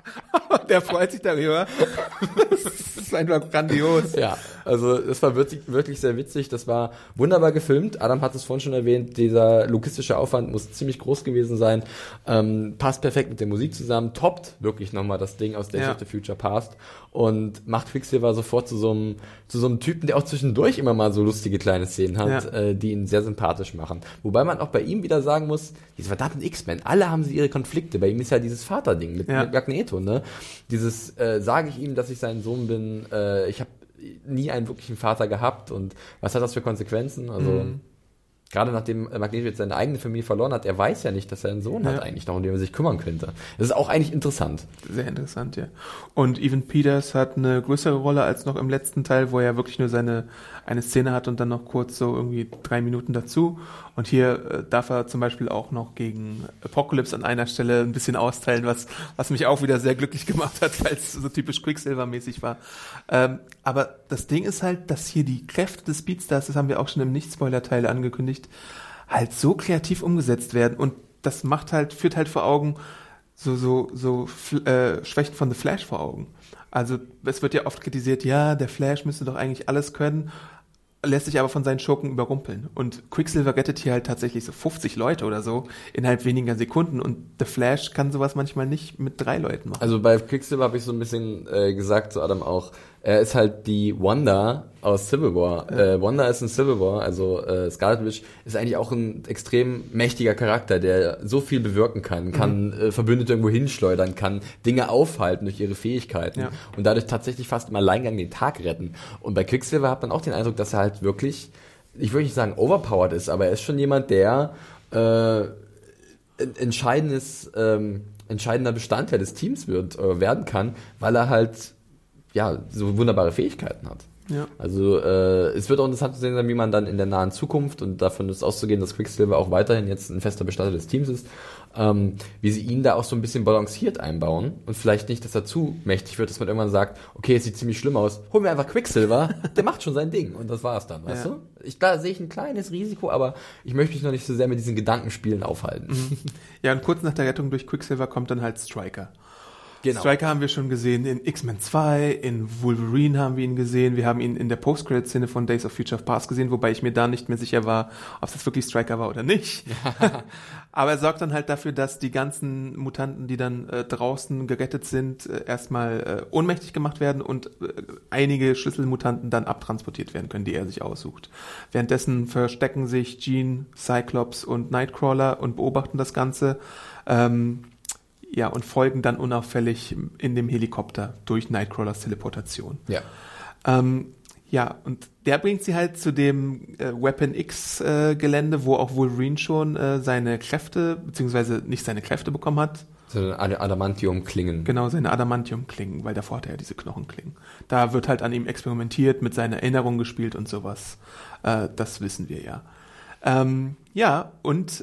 Der freut sich darüber. Das ist einfach grandios. Ja, also es war wirklich, wirklich sehr witzig. Das war wunderbar gefilmt. Adam hat es vorhin schon erwähnt, dieser logistische Aufwand muss ziemlich groß gewesen sein. Ähm, passt perfekt mit der Musik zusammen. Toppt wirklich nochmal das Ding aus Days ja. of the Future Past. Und macht Quicksilver sofort zu so einem zu so einem Typen, der auch zwischendurch immer mal so lustige kleine Szenen hat, ja. äh, die ihn sehr sympathisch machen. Wobei man auch bei ihm wieder sagen muss, diese verdammten X-Men, alle haben sie ihre Konflikte. Bei ihm ist ja dieses Vaterding mit, ja. mit Magneto, ne? Dieses, äh, sage ich ihm, dass ich sein Sohn bin, äh, ich habe nie einen wirklichen Vater gehabt und was hat das für Konsequenzen? Also mhm. gerade nachdem Magneto jetzt seine eigene Familie verloren hat, er weiß ja nicht, dass er einen Sohn ja. hat eigentlich noch, um den er sich kümmern könnte. Das ist auch eigentlich interessant. Sehr interessant, ja. Und Evan Peters hat eine größere Rolle als noch im letzten Teil, wo er wirklich nur seine eine Szene hat und dann noch kurz so irgendwie drei Minuten dazu. Und hier äh, darf er zum Beispiel auch noch gegen Apocalypse an einer Stelle ein bisschen austeilen, was was mich auch wieder sehr glücklich gemacht hat, weil es so typisch Quicksilver-mäßig war. Ähm, aber das Ding ist halt, dass hier die Kräfte des Speedstars, das haben wir auch schon im Nicht-Spoiler-Teil angekündigt, halt so kreativ umgesetzt werden. Und das macht halt, führt halt vor Augen so so so äh, Schwächen von The Flash vor Augen. Also es wird ja oft kritisiert, ja, der Flash müsste doch eigentlich alles können, lässt sich aber von seinen Schurken überrumpeln. Und Quicksilver rettet hier halt tatsächlich so fünfzig Leute oder so innerhalb weniger Sekunden und The Flash kann sowas manchmal nicht mit drei Leuten machen. Also bei Quicksilver habe ich so ein bisschen äh, gesagt, so Adam auch, er ist halt die Wanda aus Civil War. Ja. Äh, Wanda ist in Civil War, also äh, Scarlet Witch ist eigentlich auch ein extrem mächtiger Charakter, der so viel bewirken kann, kann mhm. äh, Verbündete irgendwo hinschleudern, kann Dinge aufhalten durch ihre Fähigkeiten ja. und dadurch tatsächlich fast im Alleingang den Tag retten. Und bei Quicksilver hat man auch den Eindruck, dass er halt wirklich, ich würde nicht sagen overpowered ist, aber er ist schon jemand, der äh, entscheidendes, ähm, entscheidender Bestandteil des Teams wird, äh, werden kann, weil er halt ja, so wunderbare Fähigkeiten hat. Ja. Also äh, es wird auch interessant zu sehen sein, wie man dann in der nahen Zukunft, und davon ist auszugehen, dass Quicksilver auch weiterhin jetzt ein fester Bestandteil des Teams ist, ähm, wie sie ihn da auch so ein bisschen balanciert einbauen und vielleicht nicht, dass er zu mächtig wird, dass man irgendwann sagt, okay, es sieht ziemlich schlimm aus, holen wir einfach Quicksilver, der macht schon sein Ding und das war's dann, weißt ja. du? Ich, da sehe ich ein kleines Risiko, aber ich möchte mich noch nicht so sehr mit diesen Gedankenspielen aufhalten. Ja, und kurz nach der Rettung durch Quicksilver kommt dann halt Stryker. Genau. Stryker haben wir schon gesehen in X-Men zwei, in Wolverine haben wir ihn gesehen, wir haben ihn in der Post-Credit-Szene von Days of Future Past gesehen, wobei ich mir da nicht mehr sicher war, ob das wirklich Stryker war oder nicht. Aber er sorgt dann halt dafür, dass die ganzen Mutanten, die dann äh, draußen gerettet sind, äh, erstmal äh, ohnmächtig gemacht werden und äh, einige Schlüsselmutanten dann abtransportiert werden können, die er sich aussucht. Währenddessen verstecken sich Jean, Cyclops und Nightcrawler und beobachten das Ganze. Ähm, Ja, und folgen dann unauffällig in dem Helikopter durch Nightcrawlers Teleportation. Ja. Ähm, ja, und der bringt sie halt zu dem äh, Weapon X-Gelände, äh, wo auch Wolverine schon äh, seine Kräfte, beziehungsweise nicht seine Kräfte bekommen hat. So Ad- Adamantium-Klingen. Genau, seine Adamantium-Klingen, weil davor hat er ja diese Knochenklingen. Da wird halt an ihm experimentiert, mit seiner Erinnerung gespielt und sowas. Äh, das wissen wir ja. Ähm, ja, und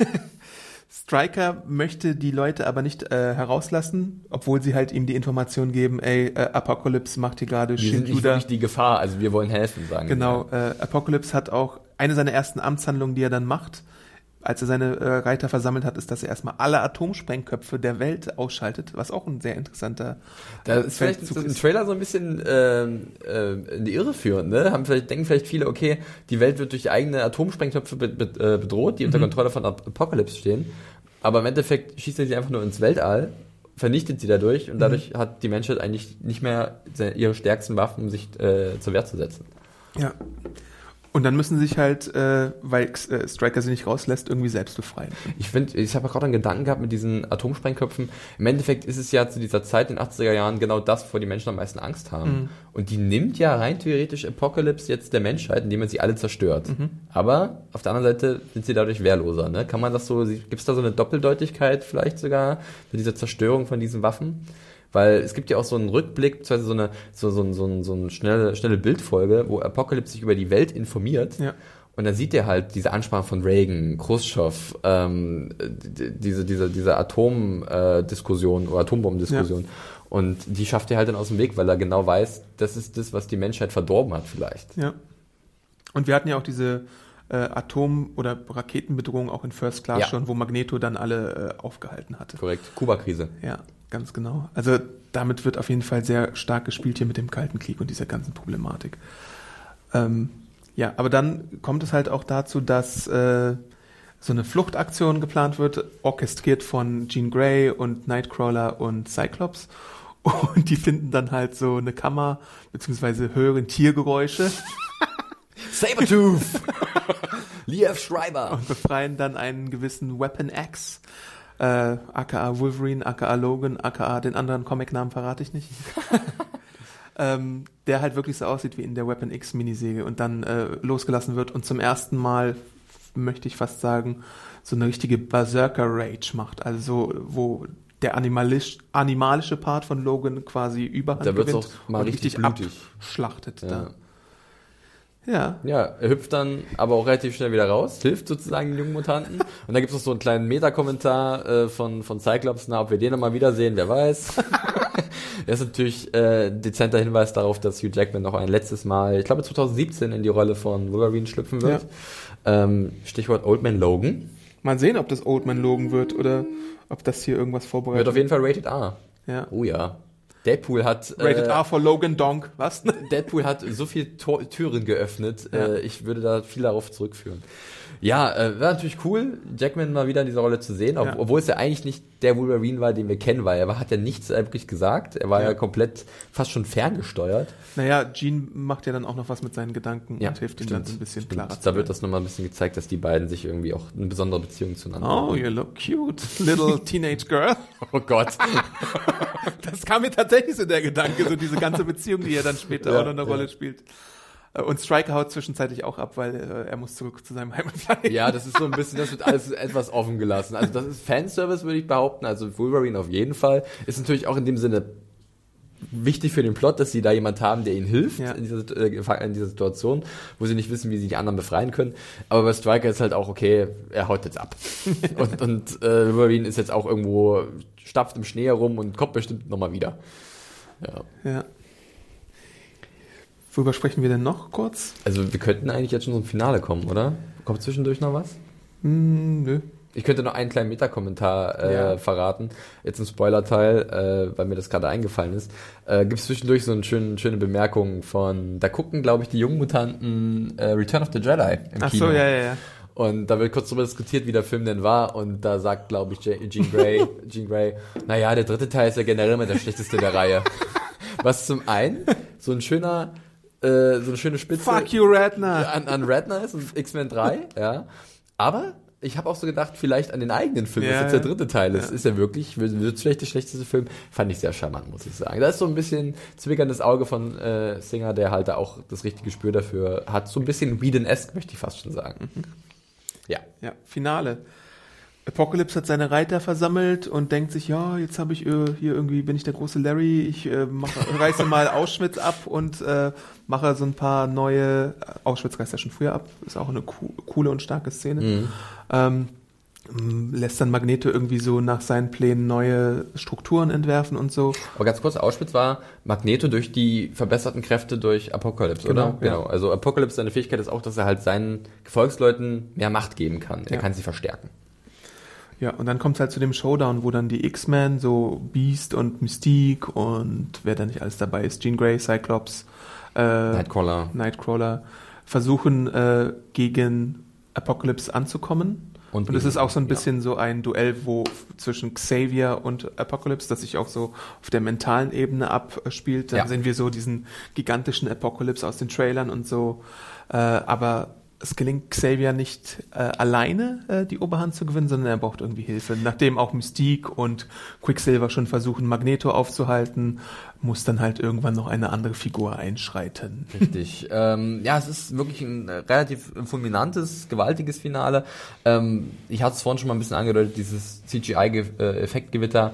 Stryker möchte die Leute aber nicht äh, herauslassen, obwohl sie halt ihm die Information geben, ey, äh, Apocalypse macht hier gerade Wir sind nicht wirklich die Gefahr, also wir wollen helfen, sagen Genau, äh, Apocalypse hat auch eine seiner ersten Amtshandlungen, die er dann macht, als er seine äh, Reiter versammelt hat, ist, dass er erstmal alle Atomsprengköpfe der Welt ausschaltet, was auch ein sehr interessanter Da ist vielleicht so ein Trailer so ein bisschen ähm, äh, in die Irre führend, ne? Haben vielleicht, denken vielleicht viele, okay, die Welt wird durch eigene Atomsprengköpfe be- be- äh, bedroht, die unter mhm. Kontrolle von Apocalypse stehen. Aber im Endeffekt schießt er sie einfach nur ins Weltall, vernichtet sie dadurch und dadurch mhm. hat die Menschheit eigentlich nicht mehr ihre stärksten Waffen, um sich äh, zur Wehr zu setzen. Ja. Und dann müssen sie sich halt, äh, weil äh, Stryker sie nicht rauslässt, irgendwie selbst befreien. Ich finde, ich habe gerade einen Gedanken gehabt mit diesen Atomsprengköpfen. Im Endeffekt ist es ja zu dieser Zeit in den achtziger Jahren genau das, wovor die Menschen am meisten Angst haben. Mhm. Und die nimmt ja rein theoretisch Apocalypse jetzt der Menschheit, indem man sie alle zerstört. Mhm. Aber auf der anderen Seite sind sie dadurch wehrloser. Ne? Kann man das so, gibt es da so eine Doppeldeutigkeit vielleicht sogar mit dieser Zerstörung von diesen Waffen? Weil es gibt ja auch so einen Rückblick, beziehungsweise so eine, so, so, so, so eine schnelle, schnelle Bildfolge, wo Apocalypse sich über die Welt informiert. Ja. Und dann sieht er halt diese Ansprache von Reagan, Khrushchev, ähm, diese, diese, diese Atomdiskussion äh, oder Atombombendiskussion. Ja. Und die schafft er halt dann aus dem Weg, weil er genau weiß, das ist das, was die Menschheit verdorben hat vielleicht. Ja. Und wir hatten ja auch diese äh, Atom- oder Raketenbedrohung auch in First Class ja. schon, wo Magneto dann alle äh, aufgehalten hatte. Korrekt, Kuba-Krise. Ja. Ganz genau. Also damit wird auf jeden Fall sehr stark gespielt hier mit dem Kalten Krieg und dieser ganzen Problematik. Ähm, ja, aber dann kommt es halt auch dazu, dass äh, so eine Fluchtaktion geplant wird, orchestriert von Jean Grey und Nightcrawler und Cyclops. Und die finden dann halt so eine Kammer, beziehungsweise hören Tiergeräusche. Sabertooth! Liev Schreiber! Und befreien dann einen gewissen Weapon X. Äh, aka Wolverine, aka Logan, aka den anderen Comic-Namen verrate ich nicht. ähm, der halt wirklich so aussieht wie in der Weapon X Miniserie und dann äh, losgelassen wird und zum ersten Mal, möchte ich fast sagen, so eine richtige Berserker-Rage macht. Also so, wo der animalisch, animalische Part von Logan quasi Überhand da wird's gewinnt auch mal und richtig, richtig blutig. abschlachtet. Ja. Da. Ja. Ja, er hüpft dann aber auch relativ schnell wieder raus, hilft sozusagen den jungen Mutanten. Und da gibt es noch so einen kleinen Meta-Kommentar äh, von, von Cyclops, na, ob wir den nochmal wiedersehen, wer weiß. Er ist natürlich äh, dezenter Hinweis darauf, dass Hugh Jackman noch ein letztes Mal, ich glaube zwanzig siebzehn, in die Rolle von Wolverine schlüpfen wird. Ja. Ähm, Stichwort Old Man Logan. Mal sehen, ob das Old Man Logan wird oder ob das hier irgendwas vorbereitet wird. Wird auf jeden Fall Rated R. Ja. Oh ja. Deadpool hat... Rated äh, R for Logan Donk, was? Deadpool hat so viel Tor- Türen geöffnet, Ja. äh, ich würde da viel darauf zurückführen. Ja, äh, war natürlich cool, Jackman mal wieder in dieser Rolle zu sehen, ob, Ja. obwohl es ja eigentlich nicht der Wolverine war, den wir kennen, weil er war, hat ja nichts wirklich gesagt, er war ja, Ja. komplett fast schon ferngesteuert. Naja, Jean macht ja dann auch noch was mit seinen Gedanken Ja, und hilft ihm stimmt, dann ein bisschen stimmt. klarer zu Da wird werden. das nochmal ein bisschen gezeigt, dass die beiden sich irgendwie auch eine besondere Beziehung zueinander haben. Oh, you look cute, little teenage girl. Oh Gott. Das kam mir tatsächlich so der Gedanke, so diese ganze Beziehung, die ja dann später Ja, auch noch eine ja. Rolle spielt. Und Stryker haut zwischenzeitlich auch ab, weil äh, er muss zurück zu seinem Heimatplaneten. Ja, das ist so ein bisschen, das wird alles etwas offen gelassen. Also das ist Fanservice, würde ich behaupten. Also Wolverine auf jeden Fall. Ist natürlich auch in dem Sinne wichtig für den Plot, dass sie da jemand haben, der ihnen hilft Ja. in, dieser, äh, in dieser Situation, wo sie nicht wissen, wie sie die anderen befreien können. Aber bei Stryker ist halt auch, okay, er haut jetzt ab. und und äh, Wolverine ist jetzt auch irgendwo, stapft im Schnee herum und kommt bestimmt nochmal wieder. Ja. Ja. Worüber sprechen wir denn noch kurz? Also wir könnten eigentlich jetzt schon zum Finale kommen, oder? Kommt zwischendurch noch was? Hm, nö. Ich könnte noch einen kleinen Meta-Kommentar äh, Ja. verraten, jetzt im Spoiler-Teil, äh, weil mir das gerade eingefallen ist. Äh, Gibt es zwischendurch so eine schöne, schöne Bemerkung von, da gucken, glaube ich, die Jungmutanten äh, Return of the Jedi im Ach Kino. so, ja, ja, ja. Und da wird kurz darüber diskutiert, wie der Film denn war. Und da sagt, glaube ich, Je- Jean Grey, Jean Grey, naja, der dritte Teil ist ja generell immer der schlechteste der Reihe. Was zum einen so ein schöner, äh, so eine schöne Spitze Fuck you, Ratner. an, an Ratner ist und X-Men drei, ja. Aber ich habe auch so gedacht, vielleicht an den eigenen Film, Ja, dass jetzt der ja. dritte Teil ist. Ja. Ist er wirklich, wird es vielleicht der schlechteste Film? Fand ich sehr charmant, muss ich sagen. Da ist so ein bisschen zwickerndes Auge von äh, Singer, der halt da auch das richtige Gespür dafür hat. So ein bisschen Whedon-esque, möchte ich fast schon sagen. Mhm. Ja. Ja, Finale. Apocalypse hat seine Reiter versammelt und denkt sich, ja, jetzt habe ich äh, hier irgendwie, bin ich der große Larry, ich äh, mache, reiße mal Auschwitz ab und äh, mache so ein paar neue, Auschwitz reißt ja schon früher ab, ist auch eine co- coole und starke Szene. Mhm. Ähm, m, lässt dann Magneto irgendwie so nach seinen Plänen neue Strukturen entwerfen und so. Aber ganz kurz, Auschwitz war Magneto durch die verbesserten Kräfte durch Apocalypse, Genau, oder? ja. Genau. Also Apocalypse, seine Fähigkeit ist auch, dass er halt seinen Gefolgsleuten mehr Macht geben kann. Er Ja. kann sie verstärken. Ja, und dann kommt es halt zu dem Showdown, wo dann die X-Men, so Beast und Mystique und wer da nicht alles dabei ist, Jean Grey, Cyclops, äh, Nightcrawler. Nightcrawler, versuchen äh, gegen Apocalypse anzukommen. Und Und es ist auch so ein ja. bisschen so ein Duell, wo zwischen Xavier und Apocalypse, das sich auch so auf der mentalen Ebene abspielt. Dann Ja. sehen wir so diesen gigantischen Apocalypse aus den Trailern und so. Äh, aber es gelingt Xavier nicht äh, alleine äh, die Oberhand zu gewinnen, sondern er braucht irgendwie Hilfe. Nachdem auch Mystique und Quicksilver schon versuchen, Magneto aufzuhalten, muss dann halt irgendwann noch eine andere Figur einschreiten. Richtig. ähm, ja, es ist wirklich ein äh, relativ fulminantes, gewaltiges Finale. Ähm, ich hatte es vorhin schon mal ein bisschen angedeutet, dieses C G I-Effektgewitter.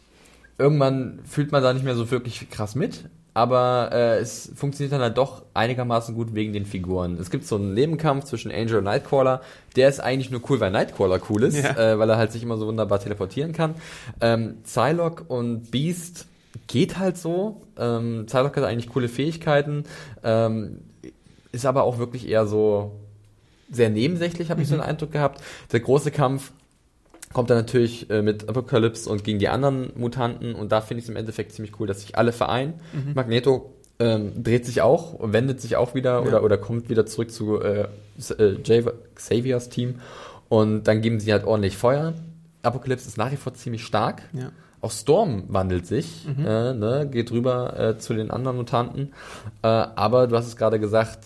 Irgendwann fühlt man da nicht mehr so wirklich krass mit. Aber äh, es funktioniert dann halt doch einigermaßen gut wegen den Figuren. Es gibt so einen Nebenkampf zwischen Angel und Nightcrawler. Der ist eigentlich nur cool, weil Nightcrawler cool ist, Ja. äh, weil er halt sich immer so wunderbar teleportieren kann. Ähm, Psylocke und Beast geht halt so. Ähm, Psylocke hat eigentlich coole Fähigkeiten, ähm, ist aber auch wirklich eher so sehr nebensächlich, habe ich so den Eindruck gehabt. Der große Kampf kommt dann natürlich äh, mit Apocalypse und gegen die anderen Mutanten und da finde ich es im Endeffekt ziemlich cool, dass sich alle vereinen. Mhm. Magneto ähm, dreht sich auch, wendet sich auch wieder Ja. oder, oder kommt wieder zurück zu äh, Jav- Xaviers Team und dann geben sie halt ordentlich Feuer. Apocalypse ist nach wie vor ziemlich stark. Ja. Auch Storm wandelt sich, Mhm. äh, ne, geht rüber äh, zu den anderen Mutanten. Äh, aber du hast es gerade gesagt,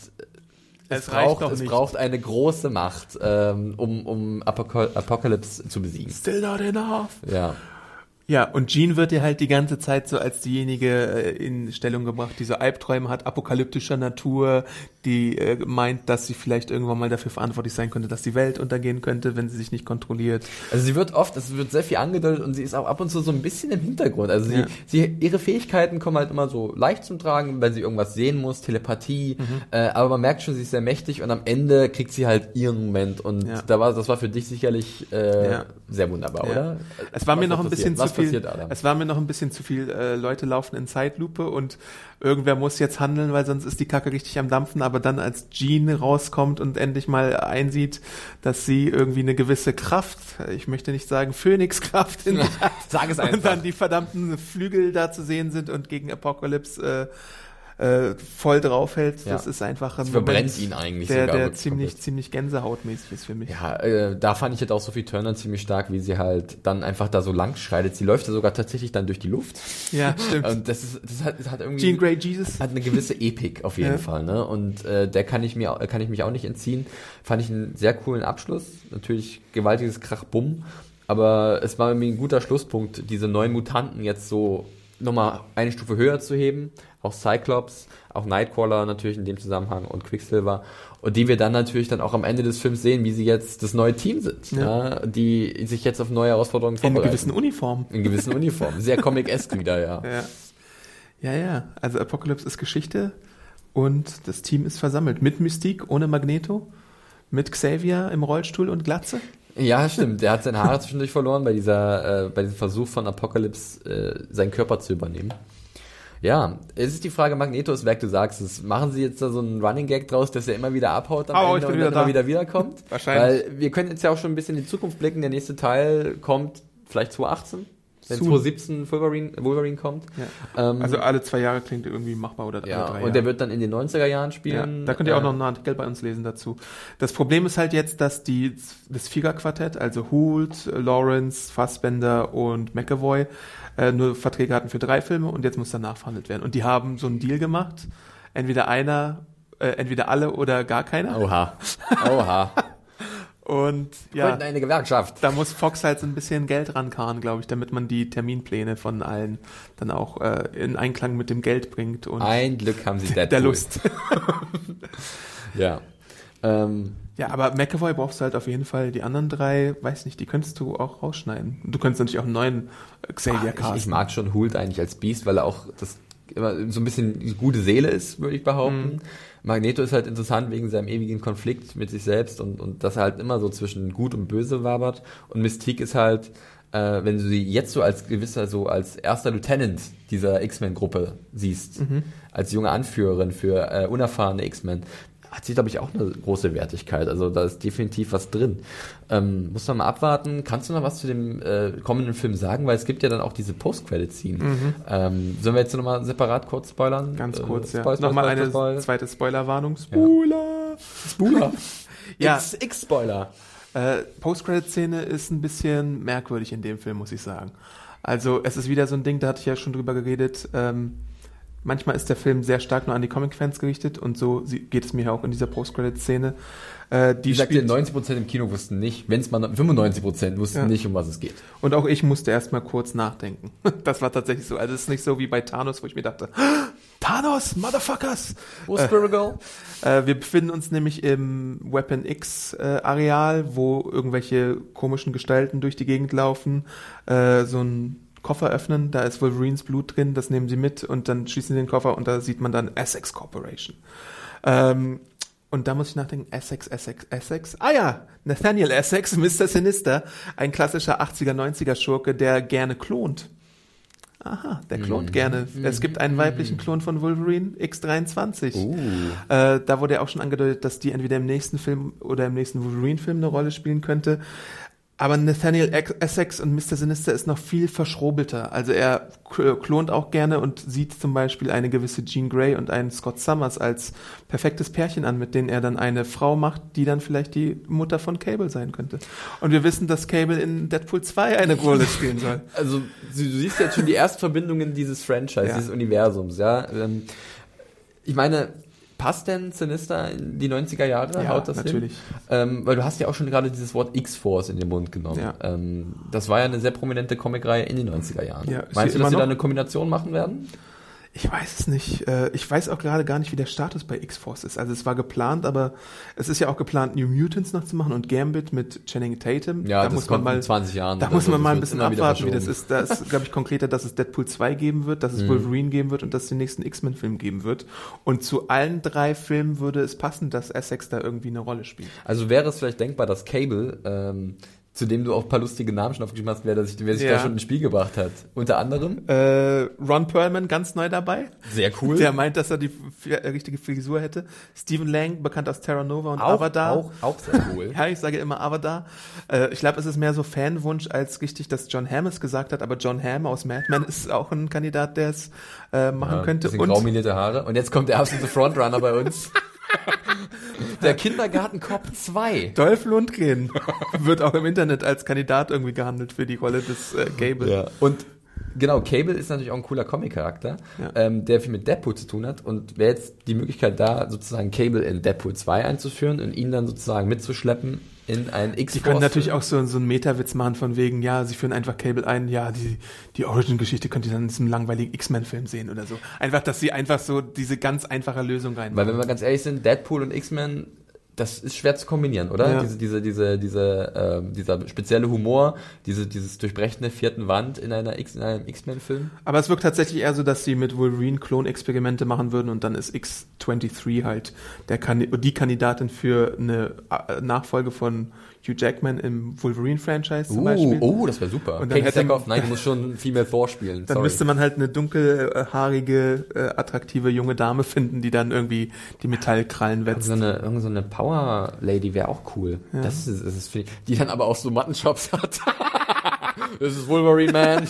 es, Es reicht braucht, doch es nicht. braucht eine große Macht, ähm, um, um Apocal- Apocalypse zu besiegen. Still not enough. Ja. Ja, und Jean wird ja halt die ganze Zeit so als diejenige äh, in Stellung gebracht, die so Albträume hat, apokalyptischer Natur, die äh, meint, dass sie vielleicht irgendwann mal dafür verantwortlich sein könnte, dass die Welt untergehen könnte, wenn sie sich nicht kontrolliert. Also sie wird oft, es wird sehr viel angedeutet und sie ist auch ab und zu so ein bisschen im Hintergrund. Also sie, Ja. sie ihre Fähigkeiten kommen halt immer so leicht zum Tragen, wenn sie irgendwas sehen muss, Telepathie. Mhm. Äh, aber man merkt schon, sie ist sehr mächtig und am Ende kriegt sie halt ihren Moment. Und Ja. da war, das war für dich sicherlich äh, Ja. sehr wunderbar, Ja. oder? Es war Was mir noch da ein bisschen passiert? zu Was viel. passiert, Adam? Es war mir noch ein bisschen zu viel. Äh, Leute laufen in Zeitlupe und irgendwer muss jetzt handeln, weil sonst ist die Kacke richtig am Dampfen. Aber dann, als Jean rauskommt und endlich mal einsieht, dass sie irgendwie eine gewisse Kraft, ich möchte nicht sagen Phönixkraft in sich hat, Sag es und einfach. dann die verdammten Flügel da zu sehen sind und gegen Apocalypse äh, äh, voll draufhält, Ja. das ist einfach ein Sie verbrennt Moment, ihn eigentlich der, sogar der wirklich ziemlich, komplett. ziemlich gänsehautmäßig ist für mich. Ja, äh, da fand ich jetzt auch Sophie Turner ziemlich stark, wie sie halt dann einfach da so lang schreitet. Sie läuft ja sogar tatsächlich dann durch die Luft. Ja, stimmt. Und das ist, das hat, das hat irgendwie. Jean Grey Jesus. Hat eine gewisse Epik auf jeden Ja. Fall, ne? Und äh, der kann ich mir, kann ich mich auch nicht entziehen. Fand ich einen sehr coolen Abschluss. Natürlich gewaltiges Krach-Bumm. Aber es war irgendwie ein guter Schlusspunkt, diese neuen Mutanten jetzt so nochmal eine Stufe höher zu heben. Auch Cyclops, auch Nightcrawler natürlich in dem Zusammenhang und Quicksilver. Und die wir dann natürlich dann auch am Ende des Films sehen, wie sie jetzt das neue Team sind. Ja. Ja, die sich jetzt auf neue Herausforderungen In vorbereiten. gewissen Uniformen. In gewissen Uniformen. Sehr Comic-esque wieder, ja. Ja. Ja, ja, also Apocalypse ist Geschichte und das Team ist versammelt. Mit Mystique, ohne Magneto, mit Xavier im Rollstuhl und Glatze. Ja, stimmt. Der hat seine Haare zwischendurch verloren bei dieser, äh, bei diesem Versuch von Apocalypse, äh, seinen Körper zu übernehmen. Ja, es ist die Frage, Magneto ist weg, du sagst es. Machen sie jetzt da so einen Running Gag draus, dass er immer wieder abhaut am oh, Ende und dann wieder immer wieder wiederkommt? Wahrscheinlich. Weil wir können jetzt ja auch schon ein bisschen in die Zukunft blicken. Der nächste Teil kommt vielleicht zwanzig achtzehn, wenn Soon. zwanzig siebzehn Wolverine, Wolverine kommt. Ja. Ähm, Also alle zwei Jahre klingt irgendwie machbar oder ja, alle drei und Jahre. der wird dann in den neunziger Jahren spielen. Ja, da könnt ihr auch Äh, noch einen Artikel bei uns lesen dazu. Das Problem ist halt jetzt, dass die das Vierer-Quartett, also Hult, Lawrence, Fassbender und McAvoy, äh, nur Verträge hatten für drei Filme und jetzt muss danach verhandelt werden. Und die haben so einen Deal gemacht, entweder einer, äh, entweder alle oder gar keiner. Oha. Oha. Und Ja. ja, Eine Gewerkschaft. da muss Fox halt so ein bisschen Geld rankarren, glaube ich, damit man die Terminpläne von allen dann auch äh, in Einklang mit dem Geld bringt und Ein Glück haben sie Deadpool. der Lust. Ja. Ähm, Ja, aber McAvoy brauchst du halt auf jeden Fall. Die anderen drei, weiß nicht, die könntest du auch rausschneiden. Du könntest natürlich auch einen neuen Xavier ich, casten. ich mag schon Hult eigentlich als Beast, weil er auch das immer so ein bisschen die gute Seele ist, würde ich behaupten. Mhm. Magneto ist halt interessant wegen seinem ewigen Konflikt mit sich selbst und, und dass er halt immer so zwischen Gut und Böse wabert. Und Mystique ist halt, äh, wenn du sie jetzt so als gewisser, so als erster Lieutenant dieser X-Men-Gruppe siehst, Mhm. als junge Anführerin für äh, unerfahrene X-Men, hat sie, glaube ich, auch eine große Wertigkeit. Also da ist definitiv was drin. Ähm, muss man mal abwarten. Kannst du noch was zu dem äh, kommenden Film sagen? Weil es gibt ja dann auch diese Post-Credit-Scene. Mhm. Ähm, sollen wir jetzt nochmal separat kurz spoilern? Ganz Äh, kurz, ja. Spoil, spoil, Nochmal spoil, eine spoil. zweite Spoilerwarnung. Spoiler! Spoiler. Ja. X, X-Spoiler. Äh, Post-Credit-Szene ist ein bisschen merkwürdig in dem Film, muss ich sagen. Also es ist wieder so ein Ding, da hatte ich ja schon drüber geredet, ähm, manchmal ist der Film sehr stark nur an die Comic-Fans gerichtet und so sie- geht es mir auch in dieser Post-Credit-Szene. Äh, die Ich sagte, spielt, neunzig Prozent im Kino wussten nicht, wenn es mal fünfundneunzig Prozent wussten Ja. nicht, um was es geht. und auch ich musste erst mal kurz nachdenken. Das war tatsächlich so. Also es ist nicht so wie bei Thanos, wo ich mir dachte, Thanos, Motherfuckers! Wo ist Spirit Girl? Äh, wir befinden uns nämlich im Weapon X-Areal, wo irgendwelche komischen Gestalten durch die Gegend laufen, äh, so ein Koffer öffnen, da ist Wolverines Blut drin, das nehmen sie mit und dann schließen sie den Koffer und da sieht man dann Essex Corporation. Ähm, und da muss ich nachdenken, Essex, Essex, Essex. Ah ja, Nathaniel Essex, Mister Sinister, ein klassischer achtziger, neunziger Schurke, der gerne klont. Aha, der klont Mhm. gerne. Es gibt einen weiblichen Klon von Wolverine, X dreiundzwanzig. Uh. Äh, da wurde ja auch schon angedeutet, dass die entweder im nächsten Film oder im nächsten Wolverine-Film eine Rolle spielen könnte. Aber Nathaniel Essex und Mister Sinister ist noch viel verschrobelter. Also er k- klont auch gerne und sieht zum Beispiel eine gewisse Jean Grey und einen Scott Summers als perfektes Pärchen an, mit denen er dann eine Frau macht, die dann vielleicht die Mutter von Cable sein könnte. Und wir wissen, dass Cable in Deadpool zwei eine Rolle spielen soll. Also du, du siehst jetzt schon die ersten Verbindungen dieses Franchise, Ja. dieses Universums, ja. Ähm, ich meine, passt denn Sinister in die neunziger Jahre? Ja, Haut das natürlich. hin? Ähm, weil du hast ja auch schon gerade dieses Wort X-Force in den Mund genommen. Ja. Ähm, das war ja eine sehr prominente Comicreihe in den neunziger Jahren. Ja, ist Meinst sie du, dass immer sie da noch? eine Kombination machen werden? Ich weiß es nicht. Äh, Ich weiß auch gerade gar nicht, wie der Status bei X-Force ist. Also es war geplant, aber es ist ja auch geplant, New Mutants noch zu machen und Gambit mit Channing Tatum. Ja, da das muss man kommt mal in zwanzig Jahren. Da oder muss so. man Das mal ein wird bisschen immer wieder abwarten, wie das verschoben. ist. Da ist, glaube ich, konkreter, dass es Deadpool zwei geben wird, dass es Mhm. Wolverine geben wird und dass es den nächsten X-Men-Film geben wird. Und zu allen drei Filmen würde es passen, dass Essex da irgendwie eine Rolle spielt. Also wäre es vielleicht denkbar, dass Cable, ähm, zu dem du auch ein paar lustige Namen schon aufgeschrieben hast, wer, der sich, wer sich Ja. da schon ins Spiel gebracht hat. Unter anderem, Äh, Ron Perlman ganz neu dabei. sehr cool. Der meint, dass er die f- äh, richtige Frisur hätte. Stephen Lang, bekannt aus Terra Nova und auch, Avatar. auch, auch sehr cool. Ja, ich sage immer Avatar. Äh, ich glaube, es ist mehr so Fanwunsch als richtig, dass John Hamm es gesagt hat, aber John Hamm aus Mad Men ist auch ein Kandidat, der es äh, machen Ja, könnte. bisschen graumelierte Haare. Und jetzt kommt der absolute Frontrunner bei uns. Der Kindergarten-Cop zwei. Dolph Lundgren wird auch im Internet als Kandidat irgendwie gehandelt für die Rolle des äh, Cable. Ja. Und genau, Cable ist natürlich auch ein cooler Comic-Charakter, Ja. ähm, der viel mit Deadpool zu tun hat. Und wäre jetzt die Möglichkeit da, sozusagen Cable in Deadpool zwei einzuführen und ihn dann sozusagen mitzuschleppen in einen X-Force. Die können natürlich auch so, so einen Meta-Witz machen von wegen, ja, sie führen einfach Cable ein, ja, die, die Origin-Geschichte könnt ihr dann in diesem langweiligen X-Men-Film sehen oder so. Einfach, dass sie einfach so diese ganz einfache Lösung rein. Weil wenn wir ganz ehrlich sind, Deadpool und X-Men das ist schwer zu kombinieren, oder? Ja. Diese, diese, diese, diese, äh, dieser spezielle Humor, diese, dieses Durchbrechen der vierten Wand in einer X, in einem X-Men-Film. Aber es wirkt tatsächlich eher so, dass sie mit Wolverine Klonexperimente machen würden und dann ist X dreiundzwanzig halt der die Kandidatin für eine Nachfolge von Hugh Jackman im Wolverine-Franchise zum uh, Beispiel. Oh, das wäre super. Und dann Kate Sackhoff, nein, du musst schon Female Thor spielen. Dann Sorry. müsste man halt eine dunkelhaarige, äh, attraktive junge Dame finden, die dann irgendwie die Metallkrallen wetzt. So eine, irgend so eine Power-Lady wäre auch cool. Ja. Das ist, das ist, die dann aber auch so Mattenshops hat. Das ist Wolverine Man.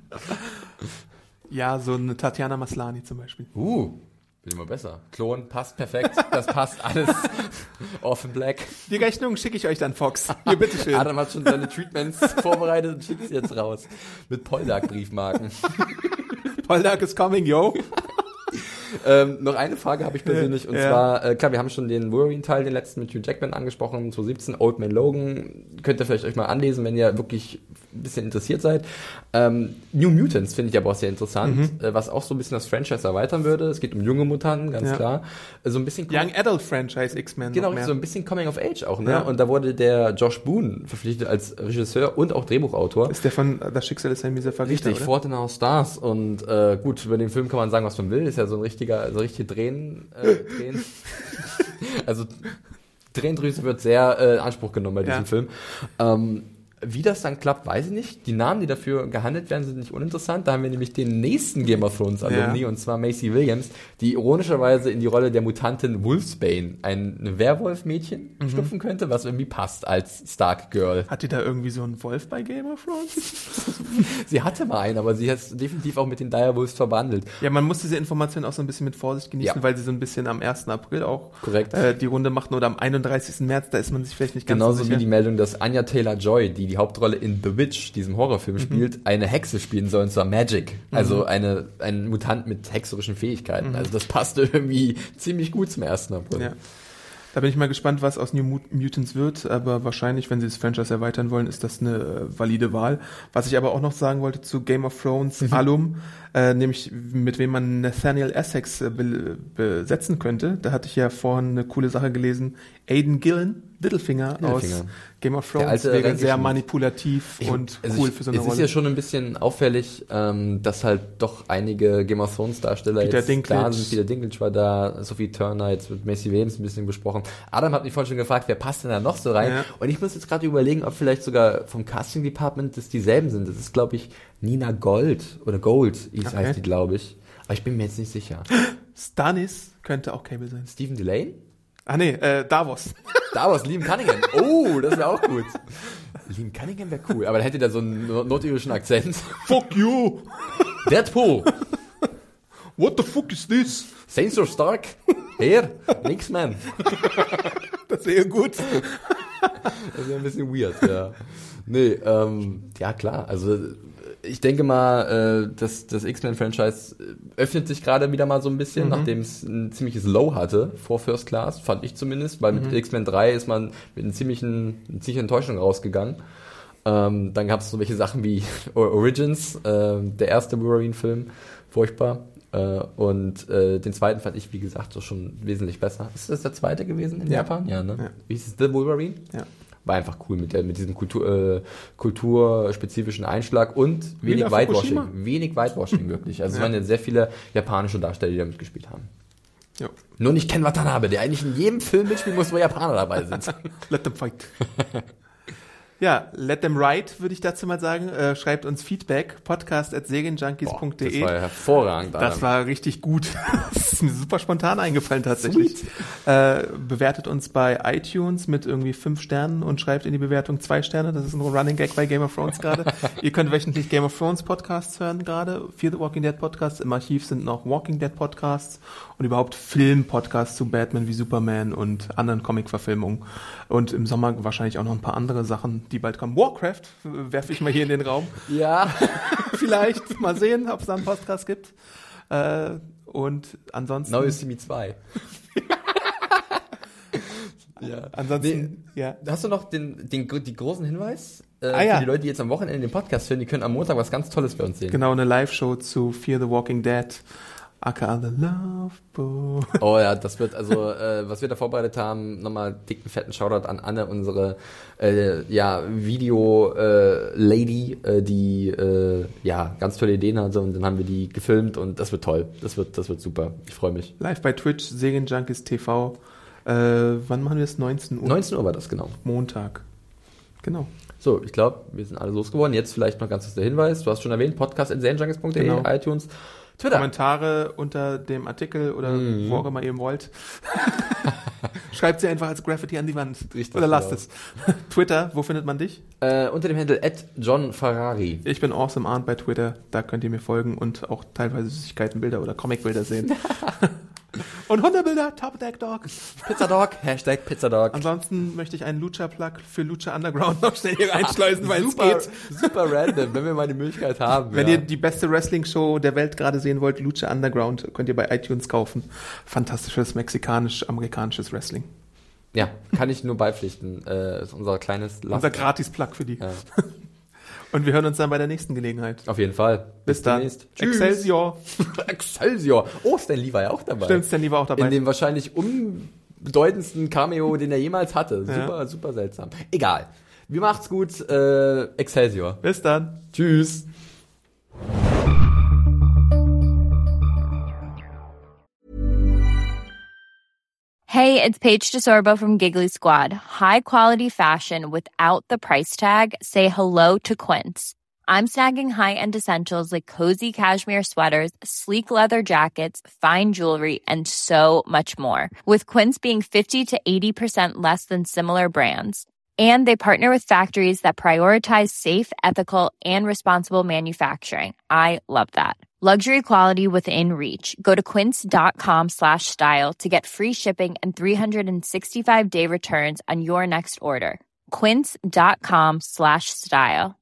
Ja, so eine Tatjana Maslany zum Beispiel. Uh. Wird immer besser. Klon passt perfekt. Das passt alles. Orphan Black. Die Rechnung schicke ich euch dann, Fox. Hier, bitteschön. Adam hat schon seine Treatments vorbereitet und schickt sie jetzt raus. Mit Poldark-Briefmarken. Poldark is coming, yo. ähm, noch eine Frage habe ich persönlich. Und ja. zwar, äh, klar, wir haben schon den Wolverine-Teil, den letzten mit Hugh Jackman angesprochen. zwanzig siebzehn, Old Man Logan. Könnt ihr vielleicht euch mal anlesen, wenn ihr wirklich ein bisschen interessiert seid. Ähm, New Mutants finde ich aber auch sehr interessant, mhm. äh, was auch so ein bisschen das Franchise erweitern würde. Es geht um junge Mutanten, ganz ja. klar. So ein bisschen Young Adult Franchise X-Men. Genau, so ein bisschen Coming of Age auch, ne? Ja. Und da wurde der Josh Boone verpflichtet als Regisseur und auch Drehbuchautor. Ist der von Das Schicksal ist ein mieser Verrichter, Richtig, Fault in Our Stars. Und äh, gut, über den Film kann man sagen, was man will. Ist ja so ein richtiger, so richtige Drehen, äh, Drehen. Also Tränendrüse wird sehr äh, in Anspruch genommen bei diesem ja. Film. Ähm, Wie das dann klappt, weiß ich nicht. Die Namen, die dafür gehandelt werden, sind nicht uninteressant. Da haben wir nämlich den nächsten Game of Thrones Alumni, ja. und zwar Maisie Williams, die ironischerweise in die Rolle der Mutantin Wolfsbane, ein Werwolf-Mädchen, mhm. schlüpfen könnte, was irgendwie passt als Stark-Girl. Hat die da irgendwie so einen Wolf bei Game of Thrones? Sie hatte mal einen, aber sie hat es definitiv auch mit den Direwolves verwandelt. Ja, man muss diese Information auch so ein bisschen mit Vorsicht genießen, ja. weil sie so ein bisschen am ersten April auch Korrekt. Äh, die Runde machten oder am einunddreißigsten März, da ist man sich vielleicht nicht ganz Genauso so sicher. Genauso wie die Meldung, dass Anya Taylor-Joy, die die Hauptrolle in The Witch, diesem Horrorfilm, mhm. spielt, eine Hexe spielen soll, und zwar Magic. Mhm. Also eine, ein Mutant mit hexerischen Fähigkeiten. Mhm. Also das passte irgendwie ziemlich gut zum ersten April. Ja. Da bin ich mal gespannt, was aus New Mutants wird, aber wahrscheinlich, wenn sie das Franchise erweitern wollen, ist das eine äh, valide Wahl. Was ich aber auch noch sagen wollte zu Game of Thrones mhm. Alum, äh, nämlich mit wem man Nathaniel Essex äh, be- besetzen könnte. Da hatte ich ja vorhin eine coole Sache gelesen. Aidan Gillen, Littlefinger, Littlefinger. aus Game of Thrones, wäre sehr manipulativ ich, und also cool ich, für so eine es Rolle. Es ist ja schon ein bisschen auffällig, ähm, dass halt doch einige Game of Thrones Darsteller Peter jetzt Dinklage. da sind. Peter Dinklage war da, Sophie Turner, jetzt mit Maisie Williams ein bisschen besprochen. Adam hat mich vorhin schon gefragt, wer passt denn da noch so rein? Ja. Und ich muss jetzt gerade überlegen, ob vielleicht sogar vom Casting Department das dieselben sind. Das ist, glaube ich, Nina Gold oder Gold, okay. heißt die, glaube ich. Aber ich bin mir jetzt nicht sicher. Stannis könnte auch Cable sein. Stephen Delane? Ah nee, äh, Davos. Davos, Liam Cunningham. Oh, das wäre auch gut. Liam Cunningham wäre cool, aber dann hätte der so einen nordirischen Akzent. Fuck you! Deadpool! What the fuck is this? Sansa Stark? Her? Nix, man. Das wäre gut. Das wäre ein bisschen weird, ja. Nee, ähm, ja klar, also ich denke mal, äh, das, das X-Men-Franchise öffnet sich gerade wieder mal so ein bisschen, mhm. nachdem es ein ziemliches Low hatte vor First Class, fand ich zumindest, weil mhm. mit X-Men drei ist man mit einer ziemlichen, einer ziemlichen Enttäuschung rausgegangen. Ähm, dann gab es so welche Sachen wie Origins, äh, der erste Wolverine-Film, furchtbar. Äh, und äh, den zweiten fand ich, wie gesagt, so schon wesentlich besser. Ist das der zweite gewesen in ja. Japan? Ja, ne? Ja. Wie hieß es? The Wolverine? Ja. War einfach cool mit, der, mit diesem Kultur, äh, kulturspezifischen Einschlag und wenig Whitewashing. Wenig Whitewashing, wirklich. Also ja. es waren ja sehr viele japanische Darsteller, die da mitgespielt haben. Jo. Nur nicht Ken Watanabe, der eigentlich in jedem Film mitspielen muss, wo Japaner dabei sind. Let them fight. Ja, let them write, würde ich dazu mal sagen. Äh, schreibt uns Feedback, podcast at serienjunkies punkt de. Das war ja hervorragend. Das Adam. war richtig gut. Das ist mir super spontan eingefallen tatsächlich. Äh, bewertet uns bei iTunes mit irgendwie fünf Sternen und schreibt in die Bewertung zwei Sterne. Das ist ein Running Gag bei Game of Thrones gerade. Ihr könnt wöchentlich Game of Thrones Podcasts hören gerade. Fear the Walking Dead Podcasts. Im Archiv sind noch Walking Dead Podcasts und überhaupt Film-Podcasts zu Batman wie Superman und anderen Comic-Verfilmungen. Und im Sommer wahrscheinlich auch noch ein paar andere Sachen, die bald kommen. Warcraft werfe ich mal hier in den Raum. Ja. Vielleicht mal sehen, ob es da einen Podcast gibt. Äh, und ansonsten... Now You See Me zwei. Ja. Ansonsten, nee, ja. Hast du noch den, den, den großen Hinweis? Äh, ah, ja. Für die Leute, die jetzt am Wochenende den Podcast hören, die können am Montag was ganz Tolles bei uns sehen. Genau, eine Live-Show zu Fear the Walking Dead. aka The Love Boat. Oh ja, das wird also, äh, was wir da vorbereitet haben, nochmal dicken, fetten Shoutout an Anne, unsere äh, ja, Video-Lady, äh, die äh, ja ganz tolle Ideen hatte und dann haben wir die gefilmt und das wird toll. Das wird, das wird super. Ich freue mich. Live bei Twitch, Serienjunkies T V. Äh, wann machen wir das? neunzehn Uhr? neunzehn Uhr war das, genau. Montag. Genau. So, ich glaube, wir sind alle losgeworden. Jetzt vielleicht noch ganz kurz der Hinweis. Du hast schon erwähnt, podcast at serienjunkies punkt de, genau. iTunes, Twitter. Kommentare unter dem Artikel oder mm. wo auch immer ihr wollt. Schreibt sie einfach als Graffiti an die Wand. Richtig, oder lasst genau. es. Twitter, wo findet man dich? Äh, unter dem Handle at John Ferrari. Ich bin Awesome Arndt bei Twitter. Da könnt ihr mir folgen und auch teilweise Süßigkeitenbilder oder Comicbilder sehen. Und Hundebilder, Top Deck Dog. Pizzadog, Hashtag Pizzadog. Ansonsten möchte ich einen Lucha-Plug für Lucha Underground noch schnell hier reinschleusen, weil es geht. Super random, wenn wir mal die Möglichkeit haben. Wenn ja. ihr die beste Wrestling-Show der Welt gerade sehen wollt, Lucha Underground, könnt ihr bei iTunes kaufen. Fantastisches mexikanisch-amerikanisches Wrestling. Ja, kann ich nur beipflichten. Äh, ist unser kleines Last Unser Gratis-Plug für die. Ja. Und wir hören uns dann bei der nächsten Gelegenheit. Auf jeden Fall. Bis, Bis dann. Demnächst. Excelsior. Excelsior. Oh, Stan Lee war ja auch dabei. Stimmt, Stan Lee war auch dabei. In dem wahrscheinlich unbedeutendsten Cameo, den er jemals hatte. Super, ja. super seltsam. Egal. Wir macht's gut. Äh, Excelsior. Bis dann. Tschüss. Hey, it's Paige DeSorbo from Giggly Squad. High quality fashion without the price tag. Say hello to Quince. I'm snagging high-end essentials like cozy cashmere sweaters, sleek leather jackets, fine jewelry, and so much more. With Quince being fifty to eighty percent less than similar brands. And they partner with factories that prioritize safe, ethical, and responsible manufacturing. I love that. Luxury quality within reach. Go to quince.com slash style to get free shipping and three sixty-five day returns on your next order. Quince.com slash style.